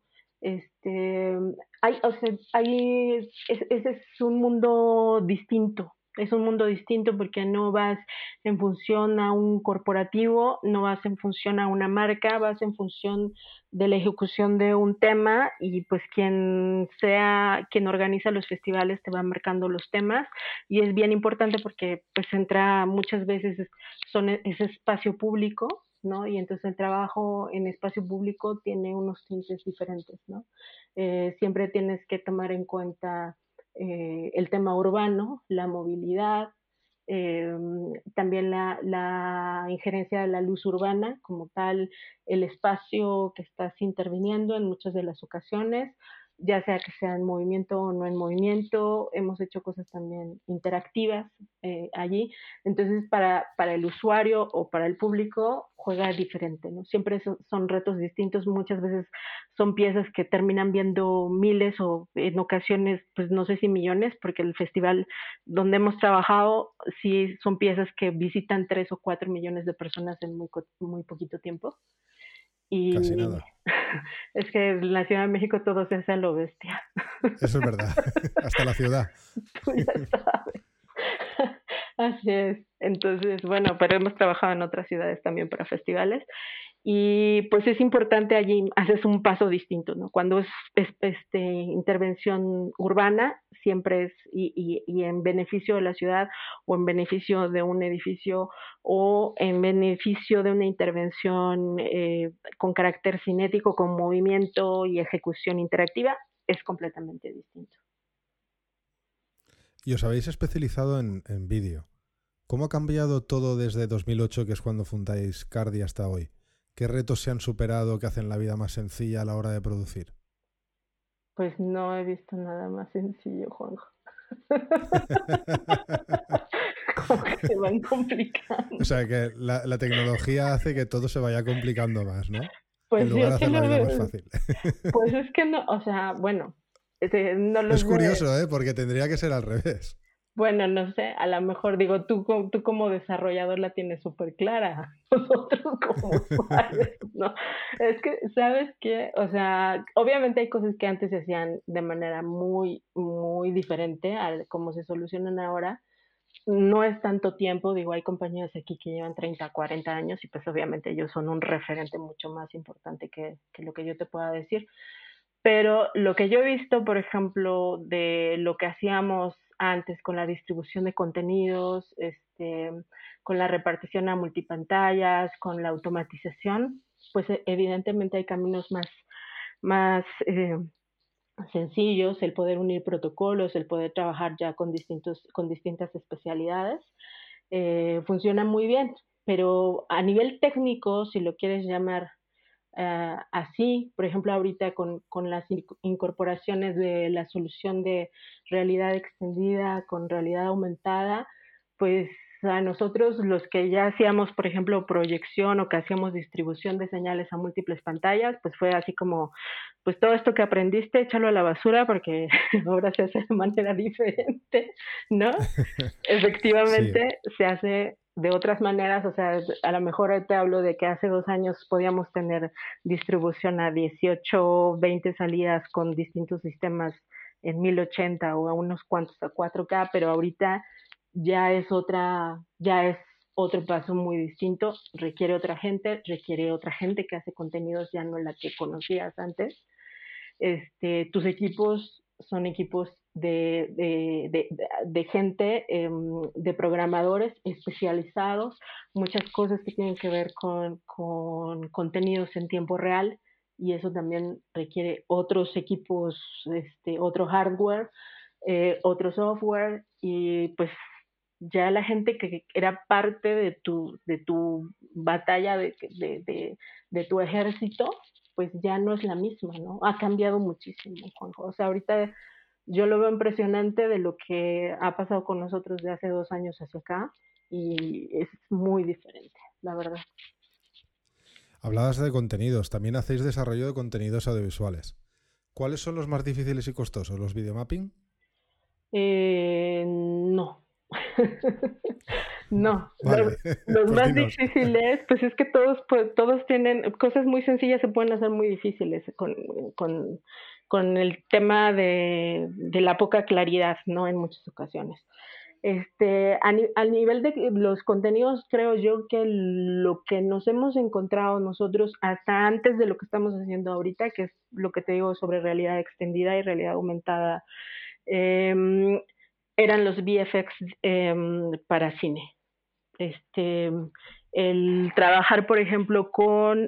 Ese es un mundo distinto. Es un mundo distinto porque no vas en función a un corporativo, no vas en función a una marca, vas en función de la ejecución de un tema y pues quien organiza los festivales te va marcando los temas y es bien importante porque pues entra muchas veces es espacio público, ¿no? Y entonces el trabajo en espacio público tiene unos tintes diferentes, ¿no? Siempre tienes que tomar en cuenta el tema urbano, la movilidad, eh, también la injerencia de la luz urbana como tal, el espacio que estás interviniendo en muchas de las ocasiones, ya sea que sea en movimiento o no en movimiento. Hemos hecho cosas también interactivas allí. Entonces, para el usuario o para el público juega diferente, ¿no? Siempre son retos distintos. Muchas veces son piezas que terminan viendo miles o en ocasiones, pues no sé si millones, porque el festival donde hemos trabajado sí son piezas que visitan 3 o 4 millones de personas en muy poquito tiempo. Casi Y nada. es que en la Ciudad de México todo se hace a lo bestia. Eso es verdad. Hasta la ciudad. Tú ya sabes. Así es. Entonces, bueno, pero hemos trabajado en otras ciudades también para festivales y pues es importante allí haces un paso distinto, ¿no? Cuando es intervención urbana siempre es y en beneficio de la ciudad o en beneficio de un edificio o en beneficio de una intervención con carácter cinético, con movimiento y ejecución interactiva, es completamente distinto. Y os habéis especializado en vídeo. ¿Cómo ha cambiado todo desde 2008, que es cuando fundáis Cardi, hasta hoy? ¿Qué retos se han superado que hacen la vida más sencilla a la hora de producir? Pues no he visto nada más sencillo, Juanjo. Como que se van complicando. O sea, que la tecnología hace que todo se vaya complicando más, ¿no? En Pues lugar yo de sí hacer la lo vida más veo. fácil. Pues es que no, o sea, bueno, no lo Es sé. curioso, ¿eh? Porque tendría que ser al revés. Bueno, no sé, a lo mejor digo, tú como desarrollador la tienes súper clara, nosotros como usuarios, ¿no? Es que, ¿sabes qué? O sea, obviamente hay cosas que antes se hacían de manera muy diferente a cómo se solucionan ahora. No es tanto tiempo, digo, hay compañías aquí que llevan 30, 40 años y pues obviamente ellos son un referente mucho más importante que lo que yo te pueda decir. Pero lo que yo he visto, por ejemplo, de lo que hacíamos antes con la distribución de contenidos, con la repartición a multipantallas, con la automatización, pues evidentemente hay caminos más sencillos, el poder unir protocolos, el poder trabajar ya con distintas especialidades, funciona muy bien. Pero a nivel técnico, si lo quieres llamar así, por ejemplo, ahorita con las incorporaciones de la solución de realidad extendida con realidad aumentada, pues a nosotros los que ya hacíamos, por ejemplo, proyección o que hacíamos distribución de señales a múltiples pantallas, pues fue así como, pues todo esto que aprendiste, échalo a la basura porque ahora se hace de manera diferente, ¿no? Sí. Efectivamente se hace de otras maneras, o sea, a lo mejor te hablo de que hace 2 años podíamos tener distribución a 18, 20 salidas con distintos sistemas en 1080 o a unos cuantos a 4K, pero ahorita ya es otro paso muy distinto, requiere otra gente que hace contenidos, ya no la que conocías antes. Tus equipos son equipos de gente, de programadores especializados, muchas cosas que tienen que ver con contenidos en tiempo real, y eso también requiere otros equipos, otro hardware, otro software, y pues ya la gente que era parte de tu batalla, de tu ejército, pues ya no es la misma, ¿no? Ha cambiado muchísimo, Juanjo. O sea, ahorita yo lo veo impresionante de lo que ha pasado con nosotros de hace 2 años hacia acá, y es muy diferente, la verdad. Hablabas de contenidos, también hacéis desarrollo de contenidos audiovisuales. ¿Cuáles son los más difíciles y costosos? ¿Los videomapping? No. No, Vale, los pues más dinos. difíciles, pues es que todos tienen cosas muy sencillas, se pueden hacer muy difíciles con, con el tema de la poca claridad, ¿no? En muchas ocasiones. Al nivel de los contenidos, creo yo que lo que nos hemos encontrado nosotros hasta antes de lo que estamos haciendo ahorita, que es lo que te digo sobre realidad extendida y realidad aumentada, eh, eran los VFX para cine. Este, el trabajar, por ejemplo, con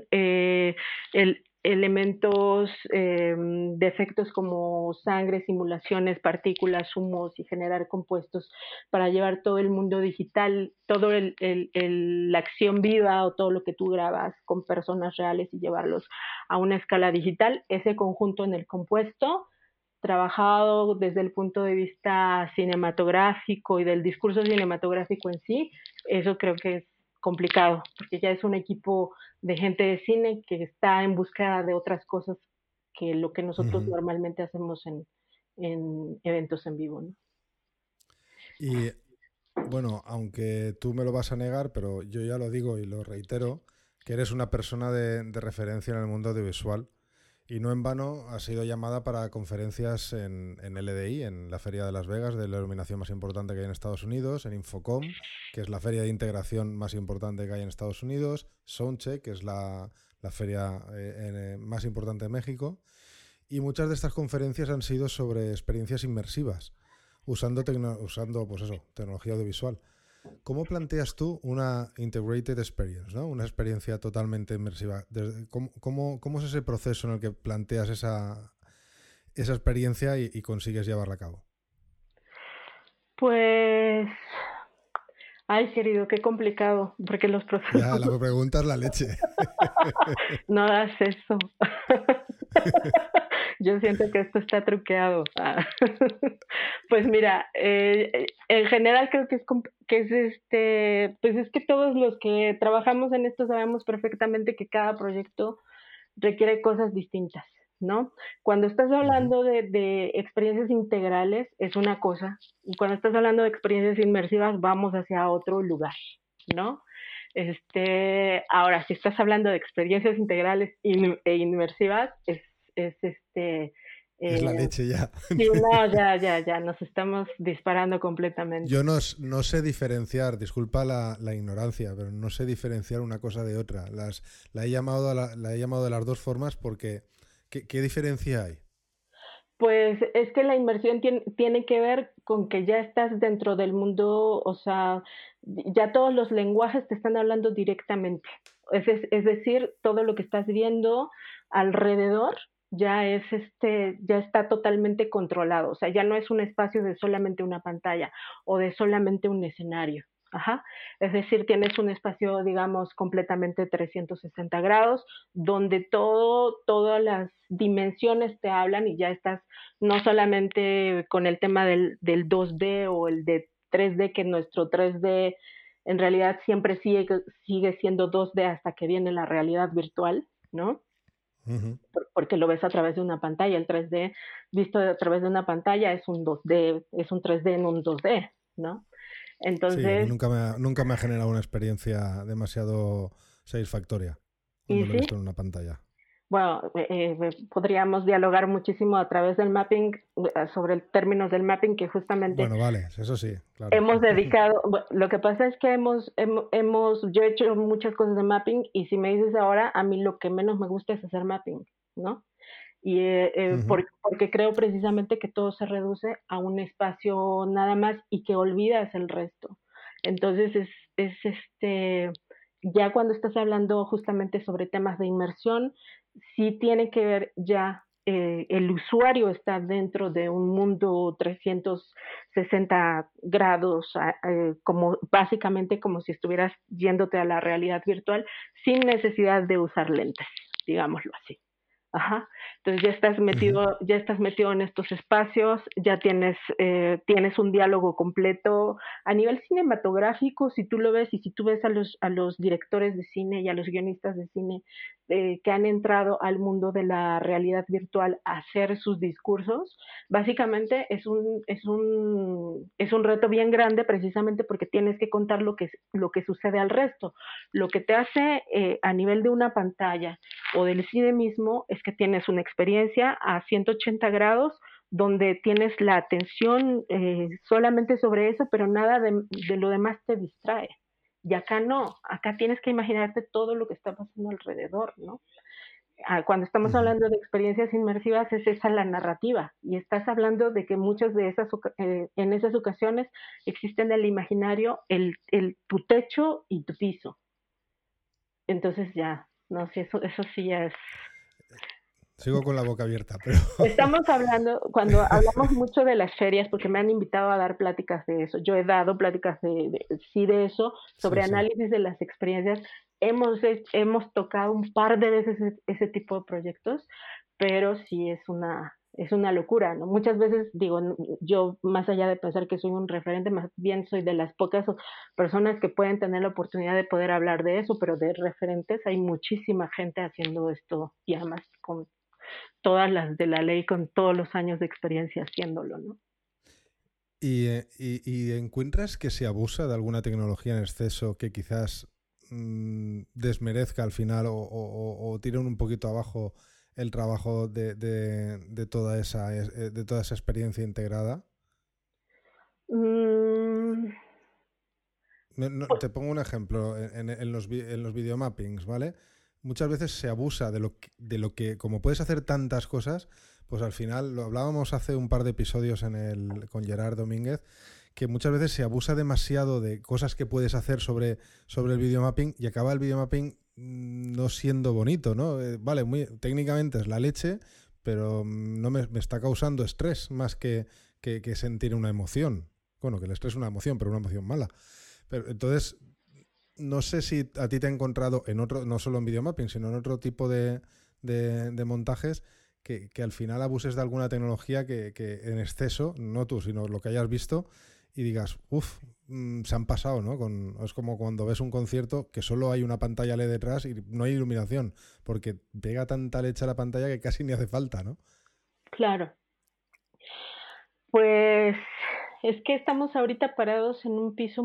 elementos de efectos como sangre, simulaciones, partículas, humos, y generar compuestos para llevar todo el mundo digital, todo la acción viva o todo lo que tú grabas con personas reales y llevarlos a una escala digital. Ese conjunto en el compuesto, trabajado desde el punto de vista cinematográfico y del discurso cinematográfico en sí, eso creo que es complicado, porque ya es un equipo de gente de cine que está en búsqueda de otras cosas que lo que nosotros Ujú. normalmente hacemos en eventos en vivo, ¿no? Y bueno, aunque tú me lo vas a negar, pero yo ya lo digo y lo reitero, que eres una persona de referencia en el mundo audiovisual. Y no en vano ha sido llamada para conferencias en LDI, en la Feria de Las Vegas, de la iluminación más importante que hay en Estados Unidos, en Infocom, que es la feria de integración más importante que hay en Estados Unidos, Soundcheck, que es la feria más importante de México. Y muchas de estas conferencias han sido sobre experiencias inmersivas, usando pues eso, tecnología audiovisual. ¿Cómo planteas tú una integrated experience, ¿no? Una experiencia totalmente inmersiva? ¿Cómo es ese proceso en el que planteas esa experiencia y consigues llevarla a cabo? Pues, ay, querido, qué complicado, porque los Ya, procesos la pregunta es la leche. no hagas eso. Yo siento que esto está truqueado. Pues mira, en general creo que es pues es que todos los que trabajamos en esto sabemos perfectamente que cada proyecto requiere cosas distintas, ¿no? Cuando estás Ujú. hablando de experiencias integrales es una cosa, y cuando estás hablando de experiencias inmersivas vamos hacia otro lugar, ¿no? Ahora, si estás hablando de experiencias integrales e inmersivas, es Es la eh, leche ya. sí, no, ya, nos estamos disparando Yo completamente. no sé diferenciar, disculpa la ignorancia, pero no sé diferenciar una cosa de otra. La he llamado de las dos formas porque ¿qué diferencia hay? Pues es que la inmersión tiene que ver con que ya estás dentro del mundo, o sea, ya todos los lenguajes te están hablando directamente. Es decir, todo lo que estás viendo alrededor ya está totalmente controlado. O sea, ya no es un espacio de solamente una pantalla o de solamente un escenario. Ajá. Es decir, tienes un espacio, digamos, completamente 360 grados, donde todas las dimensiones te hablan, y ya estás no solamente con el tema del 2D o el de 3D, que nuestro 3D en realidad siempre sigue siendo 2D hasta que viene la realidad virtual, ¿no? Ujú. Porque lo ves a través de una pantalla. El 3D visto a través de una pantalla es un 2D, es un 3D en un 2D, ¿no? Sí, a mí Entonces, nunca me ha generado una experiencia demasiado satisfactoria y cuando lo he sí, visto en una pantalla. bueno, podríamos dialogar muchísimo a través del mapping, sobre términos del mapping, que justamente Bueno, vale, eso sí, claro. hemos dedicado, lo que pasa es que yo he hecho muchas cosas de mapping, y si me dices ahora, a mí lo que menos me gusta es hacer mapping, ¿no? Y Ujú. porque creo precisamente que todo se reduce a un espacio nada más y que olvidas el resto. Entonces es ya cuando estás hablando justamente sobre temas de inmersión, sí tiene que ver ya, el usuario está dentro de un mundo 360 grados, como básicamente como si estuvieras yéndote a la realidad virtual sin necesidad de usar lentes, digámoslo así. Ajá. Entonces Ujú. ya estás metido en estos espacios, ya tienes un diálogo completo. A nivel cinematográfico, si tú lo ves y si tú ves a los directores de cine y a los guionistas de cine que han entrado al mundo de la realidad virtual a hacer sus discursos, básicamente es un reto bien grande precisamente porque tienes que contar lo que sucede al resto. Lo que te hace a nivel de una pantalla o del cine mismo es que tienes una experiencia a 180 grados donde tienes la atención solamente sobre eso, pero nada de lo demás te distrae. Y acá no, acá tienes que imaginarte todo lo que está pasando alrededor, ¿no? Cuando estamos Ujú. hablando de experiencias inmersivas es esa la narrativa y estás hablando de que muchas de en esas ocasiones existen en el imaginario tu techo y tu piso. Entonces ya, no sé, eso sí ya es. Sigo con la boca abierta, pero... Estamos hablando, cuando hablamos mucho de las ferias, porque me han invitado a dar pláticas de eso, yo he dado pláticas sí de eso, Sí, sobre sí. análisis de las experiencias, hemos tocado un par de veces ese tipo de proyectos, pero sí es una locura, ¿no? Muchas veces digo, yo más allá de pensar que soy un referente, más bien soy de las pocas personas que pueden tener la oportunidad de poder hablar de eso, pero de referentes hay muchísima gente haciendo esto y además con todas las de la ley con todos los años de experiencia haciéndolo, ¿no? Y encuentras que se abusa de alguna tecnología en exceso que quizás desmerezca al final o tire un poquito abajo el trabajo de toda esa experiencia integrada? Mm, Te pongo un ejemplo en los videomappings, ¿vale? Muchas veces se abusa de lo que, como puedes hacer tantas cosas, pues al final, lo hablábamos hace un par de episodios con Gerard Domínguez, que muchas veces se abusa demasiado de cosas que puedes hacer sobre el videomapping y acaba el videomapping no siendo bonito, ¿no? Vale, técnicamente es la leche, pero no me está causando estrés más que sentir una emoción. Bueno, que el estrés es una emoción, pero una emoción mala. Pero entonces, no sé si a ti te ha encontrado en otro, no solo en videomapping, sino en otro tipo de montajes, que al final abuses de alguna tecnología que en exceso, no tú, sino lo que hayas visto, y digas, uff, se han pasado, ¿no? Es como cuando ves un concierto que solo hay una pantalla LED detrás y no hay iluminación, porque pega tanta leche a la pantalla que casi ni hace falta, ¿no? claro, pues es que estamos ahorita parados en un piso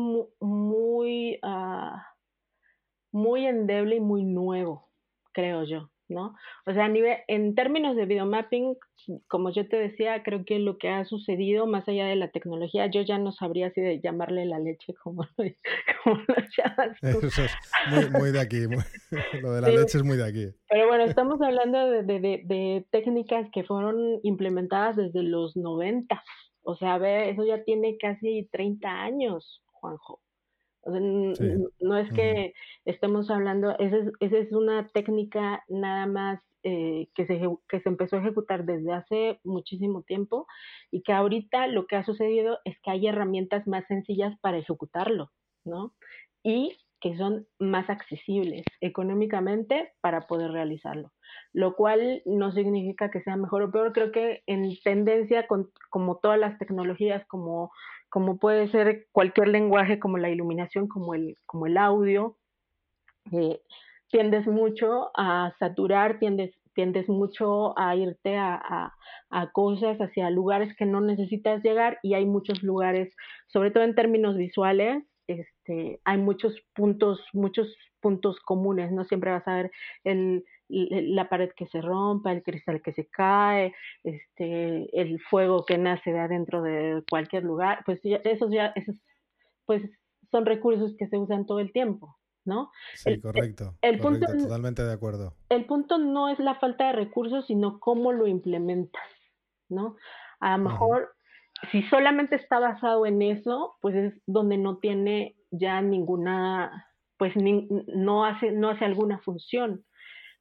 muy endeble y muy nuevo, creo yo, ¿no? O sea, en términos de videomapping, como yo te decía, creo que lo que ha sucedido, más allá de la tecnología, yo ya no sabría si de llamarle la leche como lo llamas tú. Eso es muy de aquí. Lo de la Sí, leche es muy de aquí. pero bueno, estamos hablando de técnicas que fueron implementadas desde los 90. O sea, ve, eso ya tiene casi 30 años, Juanjo. O sea, Sí. no es Ujú. que estemos hablando, esa es una técnica nada más que se empezó a ejecutar desde hace muchísimo tiempo y que ahorita lo que ha sucedido es que hay herramientas más sencillas para ejecutarlo, ¿no? Y que son más accesibles económicamente para poder realizarlo, lo cual no significa que sea mejor o peor, creo que en tendencia como todas las tecnologías, como puede ser cualquier lenguaje, como la iluminación, como el audio, eh, tiendes mucho a saturar, tiendes mucho a irte a cosas, hacia lugares que no necesitas llegar y hay muchos lugares, sobre todo en términos visuales, hay muchos puntos comunes, no siempre vas a ver el, la pared que se rompa, el cristal que se cae, el fuego que nace de adentro de cualquier lugar, pues esos pues son recursos que se usan todo el tiempo, ¿no? Sí, El, correcto, el, punto, correcto, totalmente de acuerdo. el punto no es la falta de recursos, sino cómo lo implementas, ¿no? A lo Ujú. mejor, si solamente está basado en eso, pues es donde no tiene ya ninguna, pues no hace alguna función.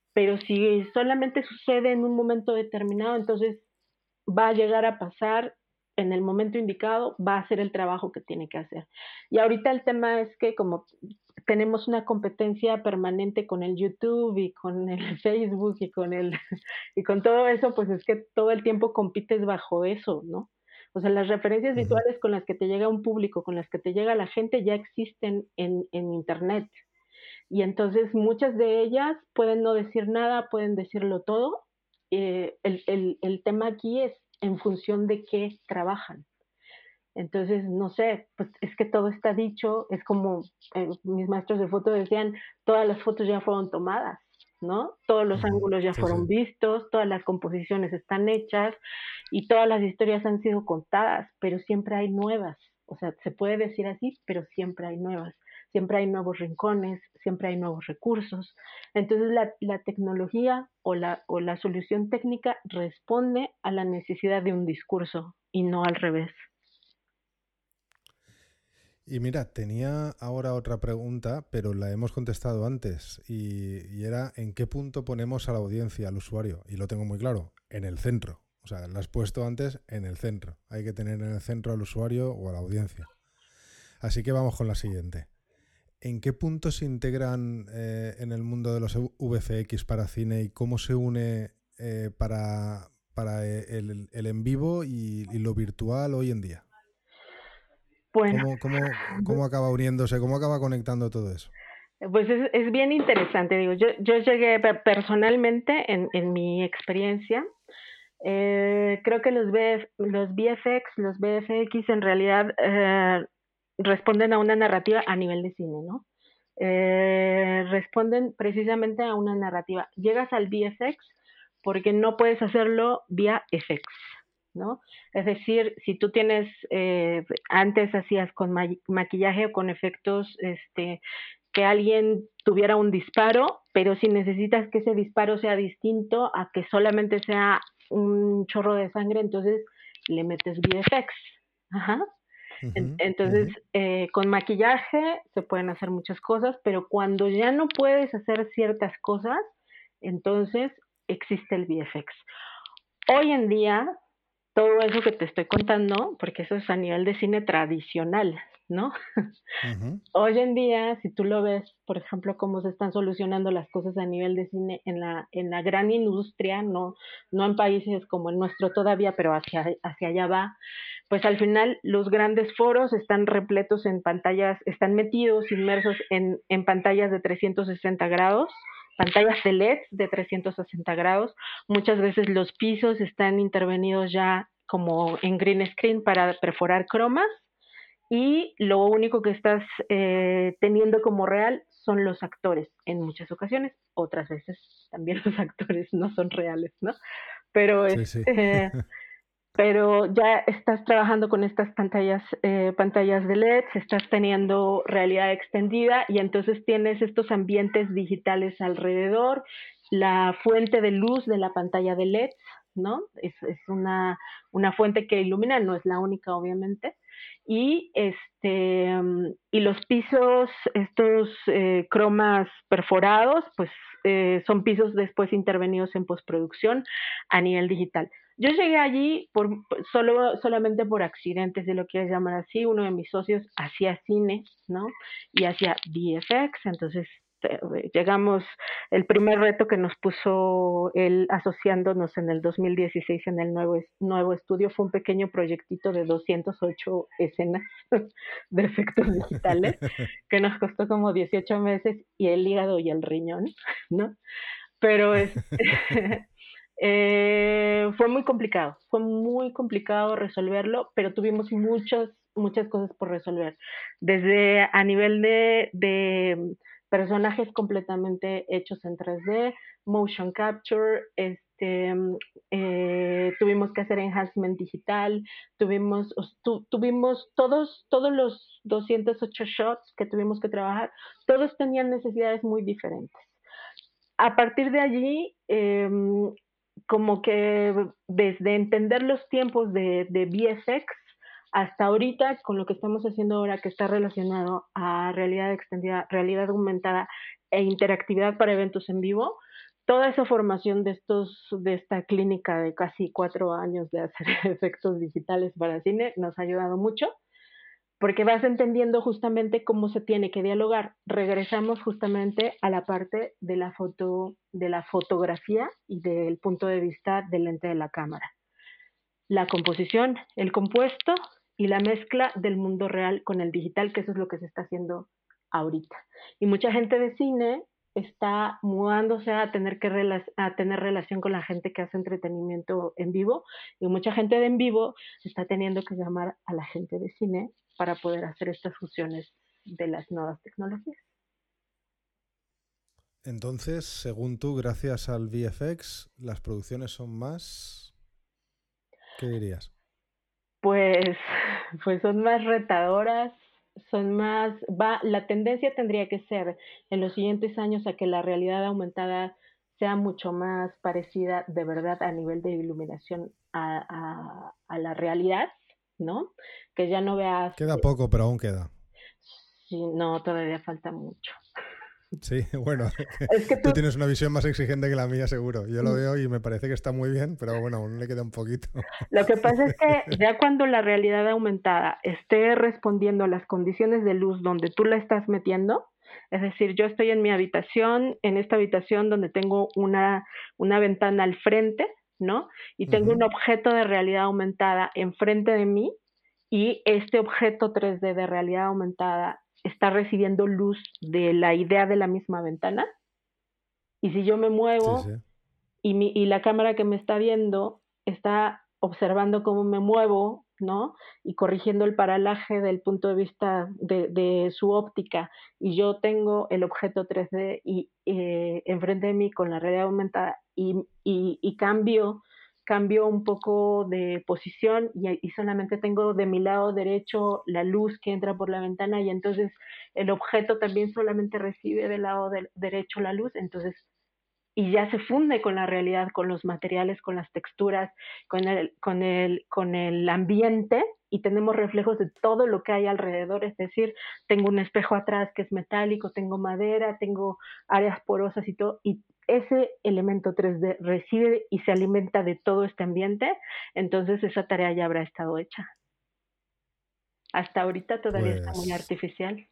pero si solamente sucede en un momento determinado, entonces va a llegar a pasar en el momento indicado, va a hacer el trabajo que tiene que hacer. Y ahorita el tema es que como tenemos una competencia permanente con el YouTube y con el Facebook y con el y con todo eso, pues es que todo el tiempo compites bajo eso, ¿no? O sea, las referencias Ujú. visuales con las que te llega un público, con las que te llega la gente, ya existen en Internet. Y entonces muchas de ellas pueden no decir nada, pueden decirlo todo. El tema aquí es en función de qué trabajan. Entonces, no sé, pues es que todo está dicho, es como mis maestros de foto decían, todas las fotos ya fueron tomadas, ¿no? Todos los Ujú. ángulos ya Sí, sí. fueron vistos, todas las composiciones están hechas y todas las historias han sido contadas, pero siempre hay nuevas. O sea, se puede decir así, pero siempre hay nuevas. Siempre hay nuevos rincones, siempre hay nuevos recursos. Entonces, la tecnología o la solución técnica responde a la necesidad de un discurso y no al revés. Y mira, tenía ahora otra pregunta, pero la hemos contestado antes, y era ¿en qué punto ponemos a la audiencia, al usuario? Y lo tengo muy claro, en el centro. O sea, lo has puesto antes en el centro. Hay que tener en el centro al usuario o a la audiencia. Así que vamos con la siguiente. ¿En qué punto se integran en el mundo de los VFX para cine y cómo se une para el en vivo y lo virtual hoy en día? Bueno, ¿Cómo acaba uniéndose, cómo acaba conectando todo eso? pues es bien interesante, digo, yo llegué personalmente en mi experiencia, creo que los VFX, los VFX en realidad responden a una narrativa a nivel de cine, ¿no? Responden precisamente a una narrativa. Llegas al VFX porque no puedes hacerlo vía FX, ¿no? Es decir, si tú tienes, antes hacías con maquillaje o con efectos, que alguien tuviera un disparo, pero si necesitas que ese disparo sea distinto a que solamente sea un chorro de sangre, entonces le metes VFX. Ajá. Ujú, Entonces, ujú. con maquillaje se pueden hacer muchas cosas, pero cuando ya no puedes hacer ciertas cosas, entonces existe el VFX. Hoy en día, todo eso que te estoy contando, porque eso es a nivel de cine tradicional, ¿no? Ujú. Hoy en día, si tú lo ves, por ejemplo, cómo se están solucionando las cosas a nivel de cine en la gran industria, no en países como el nuestro todavía, pero hacia allá va, pues al final los grandes foros están repletos en pantallas, están metidos, inmersos en pantallas de 360 grados, pantallas de LED de 360 grados. Muchas veces los pisos están intervenidos ya como en green screen para perforar cromas y lo único que estás teniendo como real son los actores en muchas ocasiones, otras veces también los actores no son reales, ¿no? Pero Sí, sí. pero ya estás trabajando con estas pantallas de LED, estás teniendo realidad extendida y entonces tienes estos ambientes digitales alrededor, la fuente de luz de la pantalla de LED, ¿no? Es una fuente que ilumina, no es la única, obviamente. Y y los pisos, estos cromas perforados, pues son pisos después intervenidos en postproducción a nivel digital. Yo llegué allí solamente por accidentes, si lo quieres llamar así. Uno de mis socios hacía cine, ¿no? Y hacía VFX, entonces llegamos, el primer reto que nos puso él asociándonos en el 2016 en el nuevo estudio fue un pequeño proyectito de 208 escenas de efectos digitales que nos costó como 18 meses y el hígado y el riñón, ¿no? Pero fue muy complicado resolverlo, pero tuvimos muchas cosas por resolver. Desde a nivel de personajes completamente hechos en 3D, motion capture, tuvimos que hacer enhancement digital, tuvimos todos los 208 shots que tuvimos que trabajar, todos tenían necesidades muy diferentes. A partir de allí, como que desde entender los tiempos de VFX hasta ahorita, con lo que estamos haciendo ahora, que está relacionado a realidad extendida, realidad aumentada e interactividad para eventos en vivo, toda esa formación de esta clínica de casi 4 años de hacer efectos digitales para cine nos ha ayudado mucho, porque vas entendiendo justamente cómo se tiene que dialogar. Regresamos justamente a la parte de la foto, de la fotografía y del punto de vista del lente de la cámara. La composición, el compuesto y la mezcla del mundo real con el digital, que eso es lo que se está haciendo ahorita. Y mucha gente de cine está mudándose a a tener relación con la gente que hace entretenimiento en vivo, y mucha gente de en vivo está teniendo que llamar a la gente de cine para poder hacer estas fusiones de las nuevas tecnologías. Entonces, según tú, gracias al VFX, las producciones son más... ¿Qué dirías? Pues, pues son más retadoras, son más, la tendencia tendría que ser en los siguientes años a que la realidad aumentada sea mucho más parecida de verdad a nivel de iluminación a la realidad, ¿no? Que ya no veas, Queda poco, pero aún queda. sí, no, todavía falta mucho. Sí, bueno, Es que tú tienes una visión más exigente que la mía, seguro. Yo lo veo y me parece que está muy bien, pero bueno, aún le queda un poquito. lo que pasa es que ya cuando la realidad aumentada esté respondiendo a las condiciones de luz donde tú la estás metiendo, es decir, yo estoy en mi habitación, en esta habitación donde tengo una ventana al frente, ¿no? Y tengo un objeto de realidad aumentada enfrente de mí, y este objeto 3D de realidad aumentada está recibiendo luz de la idea de la misma ventana. Y si yo me Sí, muevo sí. y la cámara que me está viendo está observando cómo me muevo, ¿no? Y corrigiendo el paralaje del punto de vista de su óptica, y yo tengo el objeto 3D enfrente de mí con la realidad aumentada, y cambio un poco de posición, y solamente tengo de mi lado derecho la luz que entra por la ventana, y entonces el objeto también solamente recibe del lado derecho la luz, entonces y ya se funde con la realidad, con los materiales, con las texturas, con el ambiente, y tenemos reflejos de todo lo que hay alrededor, es decir, tengo un espejo atrás que es metálico, tengo madera, tengo áreas porosas y todo, y ese elemento 3D recibe y se alimenta de todo este ambiente, entonces esa tarea ya habrá estado hecha. Hasta ahorita todavía está muy Pues artificial.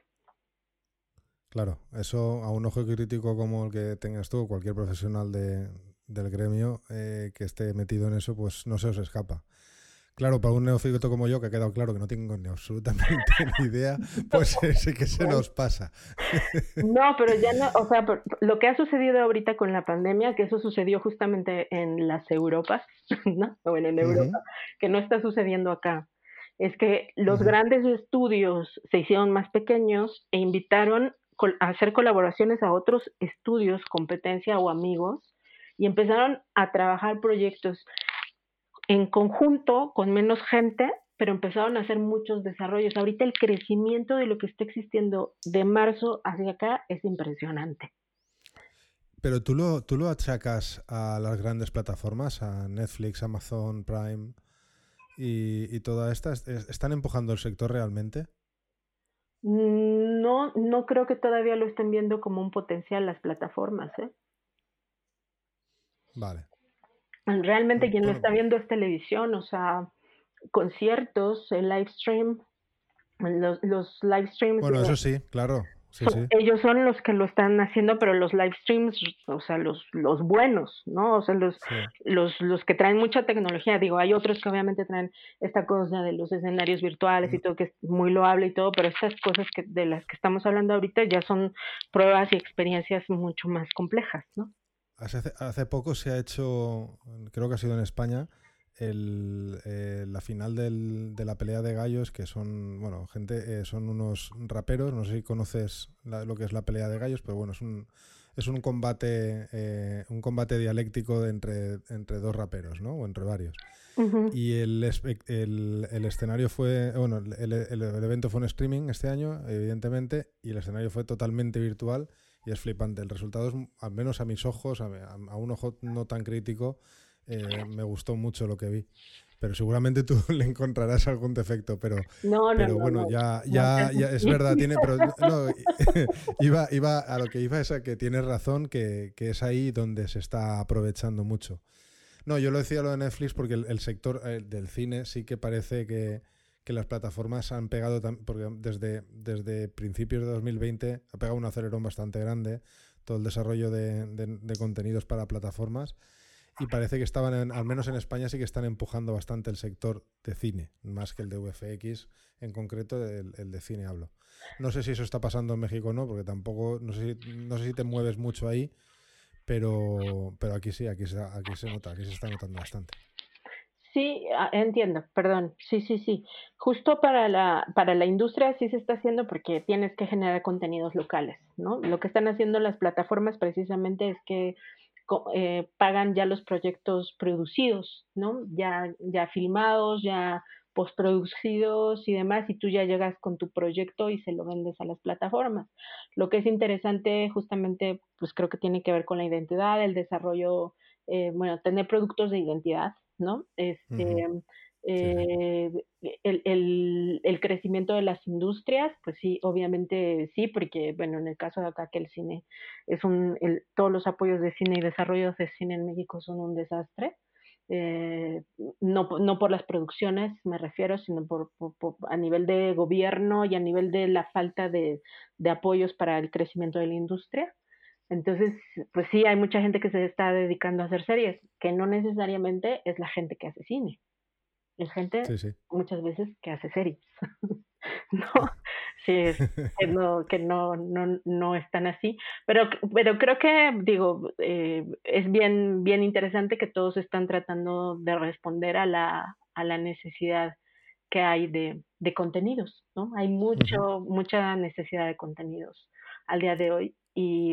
claro, eso a un ojo crítico como el que tengas tú, cualquier profesional del gremio que esté metido en eso, pues no se os escapa. Claro, para un neófito como yo, que ha quedado claro que no tengo ni absolutamente ni idea, pues sí que se nos pasa. No, pero ya no, o sea, lo que ha sucedido ahorita con la pandemia, que eso sucedió justamente en las Europas, ¿no? Bueno, en Europa, Ujú, que no está sucediendo acá, es que los ujú. grandes estudios se hicieron más pequeños e invitaron a hacer colaboraciones a otros estudios, competencia o amigos, y empezaron a trabajar proyectos en conjunto con menos gente, pero empezaron a hacer muchos desarrollos. Ahorita el crecimiento de lo que está existiendo de marzo hacia acá es impresionante. Pero tú lo achacas a las grandes plataformas, a Netflix, Amazon Prime y todas estas, ¿están empujando el sector realmente? No, no creo que todavía lo estén viendo como un potencial las plataformas, ¿eh? Vale. Realmente quien lo Bueno, está viendo es televisión, o sea, conciertos, el live stream, los live streams bueno, eso sí, claro. Sí, sí. ellos son los que lo están haciendo, pero los live streams, o sea, los buenos, ¿no? O sea, Sí. los que traen mucha tecnología, digo, hay otros que obviamente traen esta cosa de los escenarios virtuales y Mm, todo, que es muy loable y todo, pero estas cosas de las que estamos hablando ahorita ya son pruebas y experiencias mucho más complejas, ¿no? hace poco se ha hecho, creo que ha sido en España, la final de la pelea de gallos, que son, bueno, son unos raperos, no sé si conoces lo que es la pelea de gallos, pero bueno, es un combate dialéctico entre dos raperos, ¿no? O entre varios. Uh-huh. Y el escenario fue, bueno, el evento fue en streaming este año, evidentemente, y el escenario fue totalmente virtual y es flipante. El resultado es, al menos a mis ojos, a un ojo no tan crítico, me gustó mucho lo que vi. pero seguramente tú le encontrarás algún defecto, No, no, pero no, bueno, no. No ya seas es así. verdad, tiene, pero no, a lo que iba es a que tienes razón, que es ahí donde se está aprovechando mucho. No, yo lo decía lo de Netflix porque el sector del cine sí que parece que las plataformas han pegado, porque desde principios de 2020 ha pegado un acelerón bastante grande todo el desarrollo de contenidos para plataformas y parece que al menos en España sí que están empujando bastante el sector de cine, más que el de VFX, en concreto el de cine hablo. No sé si eso está pasando en México o no, porque tampoco, no sé si te mueves mucho ahí, pero aquí sí, aquí se nota, aquí se está notando bastante. Sí, entiendo, perdón. Sí, sí, sí. Justo para la industria sí se está haciendo porque tienes que generar contenidos locales, ¿no? Lo que están haciendo las plataformas precisamente es que pagan ya los proyectos producidos, ¿no? Ya filmados, ya postproducidos y demás, y tú ya llegas con tu proyecto y se lo vendes a las plataformas. Lo que es interesante justamente, pues creo que tiene que ver con la identidad, el desarrollo, bueno, tener productos de identidad, ¿no? Ujú. Sí, sí. Eh, el crecimiento de las industrias, pues sí, obviamente sí, porque, bueno, en el caso de acá que el cine todos los apoyos de cine y desarrollos de cine en México son un desastre. Eh, no por las producciones me refiero, sino a nivel de gobierno y a nivel de la falta de apoyos para el crecimiento de la industria. Entonces, pues sí, hay mucha gente que se está dedicando a hacer series, que no necesariamente es la gente que hace cine, es gente Sí, sí. muchas veces que hace series, ¿no? Sí, que no están así, pero creo que, digo, es bien interesante que todos están tratando de responder a la necesidad que hay de contenidos, ¿no? Hay Ujú. mucha necesidad de contenidos al día de hoy y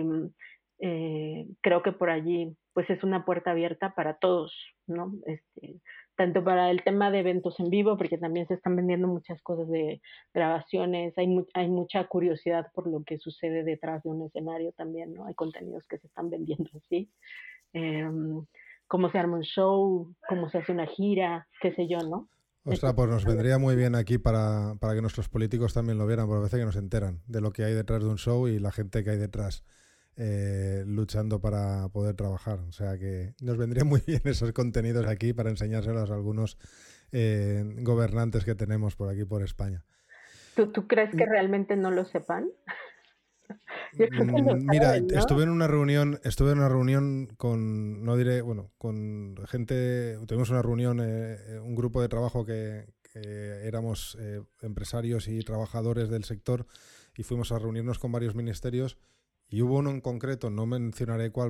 creo que por allí pues es una puerta abierta para todos, ¿no? Tanto para el tema de eventos en vivo, porque también se están vendiendo muchas cosas de grabaciones, hay mucha curiosidad por lo que sucede detrás de un escenario también, ¿no? Hay contenidos que se están vendiendo así. Eh, Cómo se arma un show, cómo se hace una gira, qué sé yo, ¿no? Este Ostras, pues nos vendría muy bien aquí para que nuestros políticos también lo vieran, porque a veces que nos enteran de lo que hay detrás de un show y la gente que hay detrás luchando para poder trabajar. O sea que nos vendría muy bien esos contenidos aquí para enseñárselos a algunos gobernantes que tenemos por aquí, por España. ¿Tú crees que realmente no lo sepan? Yo creo que lo Mira, saben, ¿no? estuve en una reunión con, no diré, bueno, con gente, tuvimos una reunión, un grupo de trabajo que éramos empresarios y trabajadores del sector y fuimos a reunirnos con varios ministerios y hubo uno en concreto, no mencionaré cuál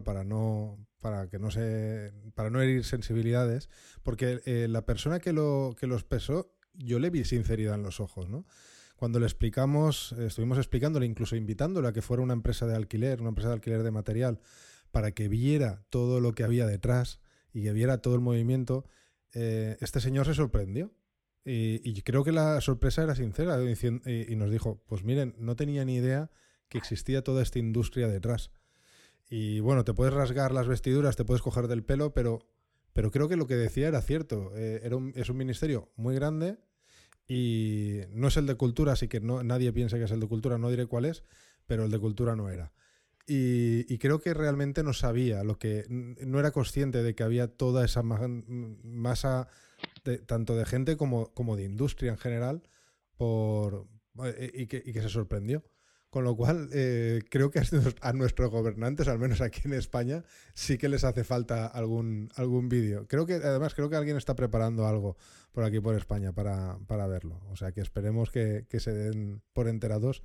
para no herir sensibilidades, porque la persona que los pesó, yo le vi sinceridad en los ojos, ¿no? Cuando le explicamos, estuvimos explicándole, incluso invitándole a que fuera una empresa de alquiler de material, para que viera todo lo que había detrás y que viera todo el movimiento, este señor se sorprendió. Y creo que la sorpresa era sincera y nos dijo, pues miren, no tenía ni idea que existía toda esta industria detrás. Y bueno, te puedes rasgar las vestiduras, te puedes coger del pelo, pero creo que lo que decía era cierto. Es un ministerio muy grande y no es el de cultura, así que nadie piensa que es el de cultura, no diré cuál es, pero el de cultura no era. Y creo que realmente no sabía, no era consciente de que había toda esa masa tanto de gente como de industria en general y que se sorprendió. Con lo cual, creo que a nuestros gobernantes, al menos aquí en España, sí que les hace falta algún vídeo. Además, creo que alguien está preparando algo por aquí, por España, para verlo. O sea, que esperemos que se den por enterados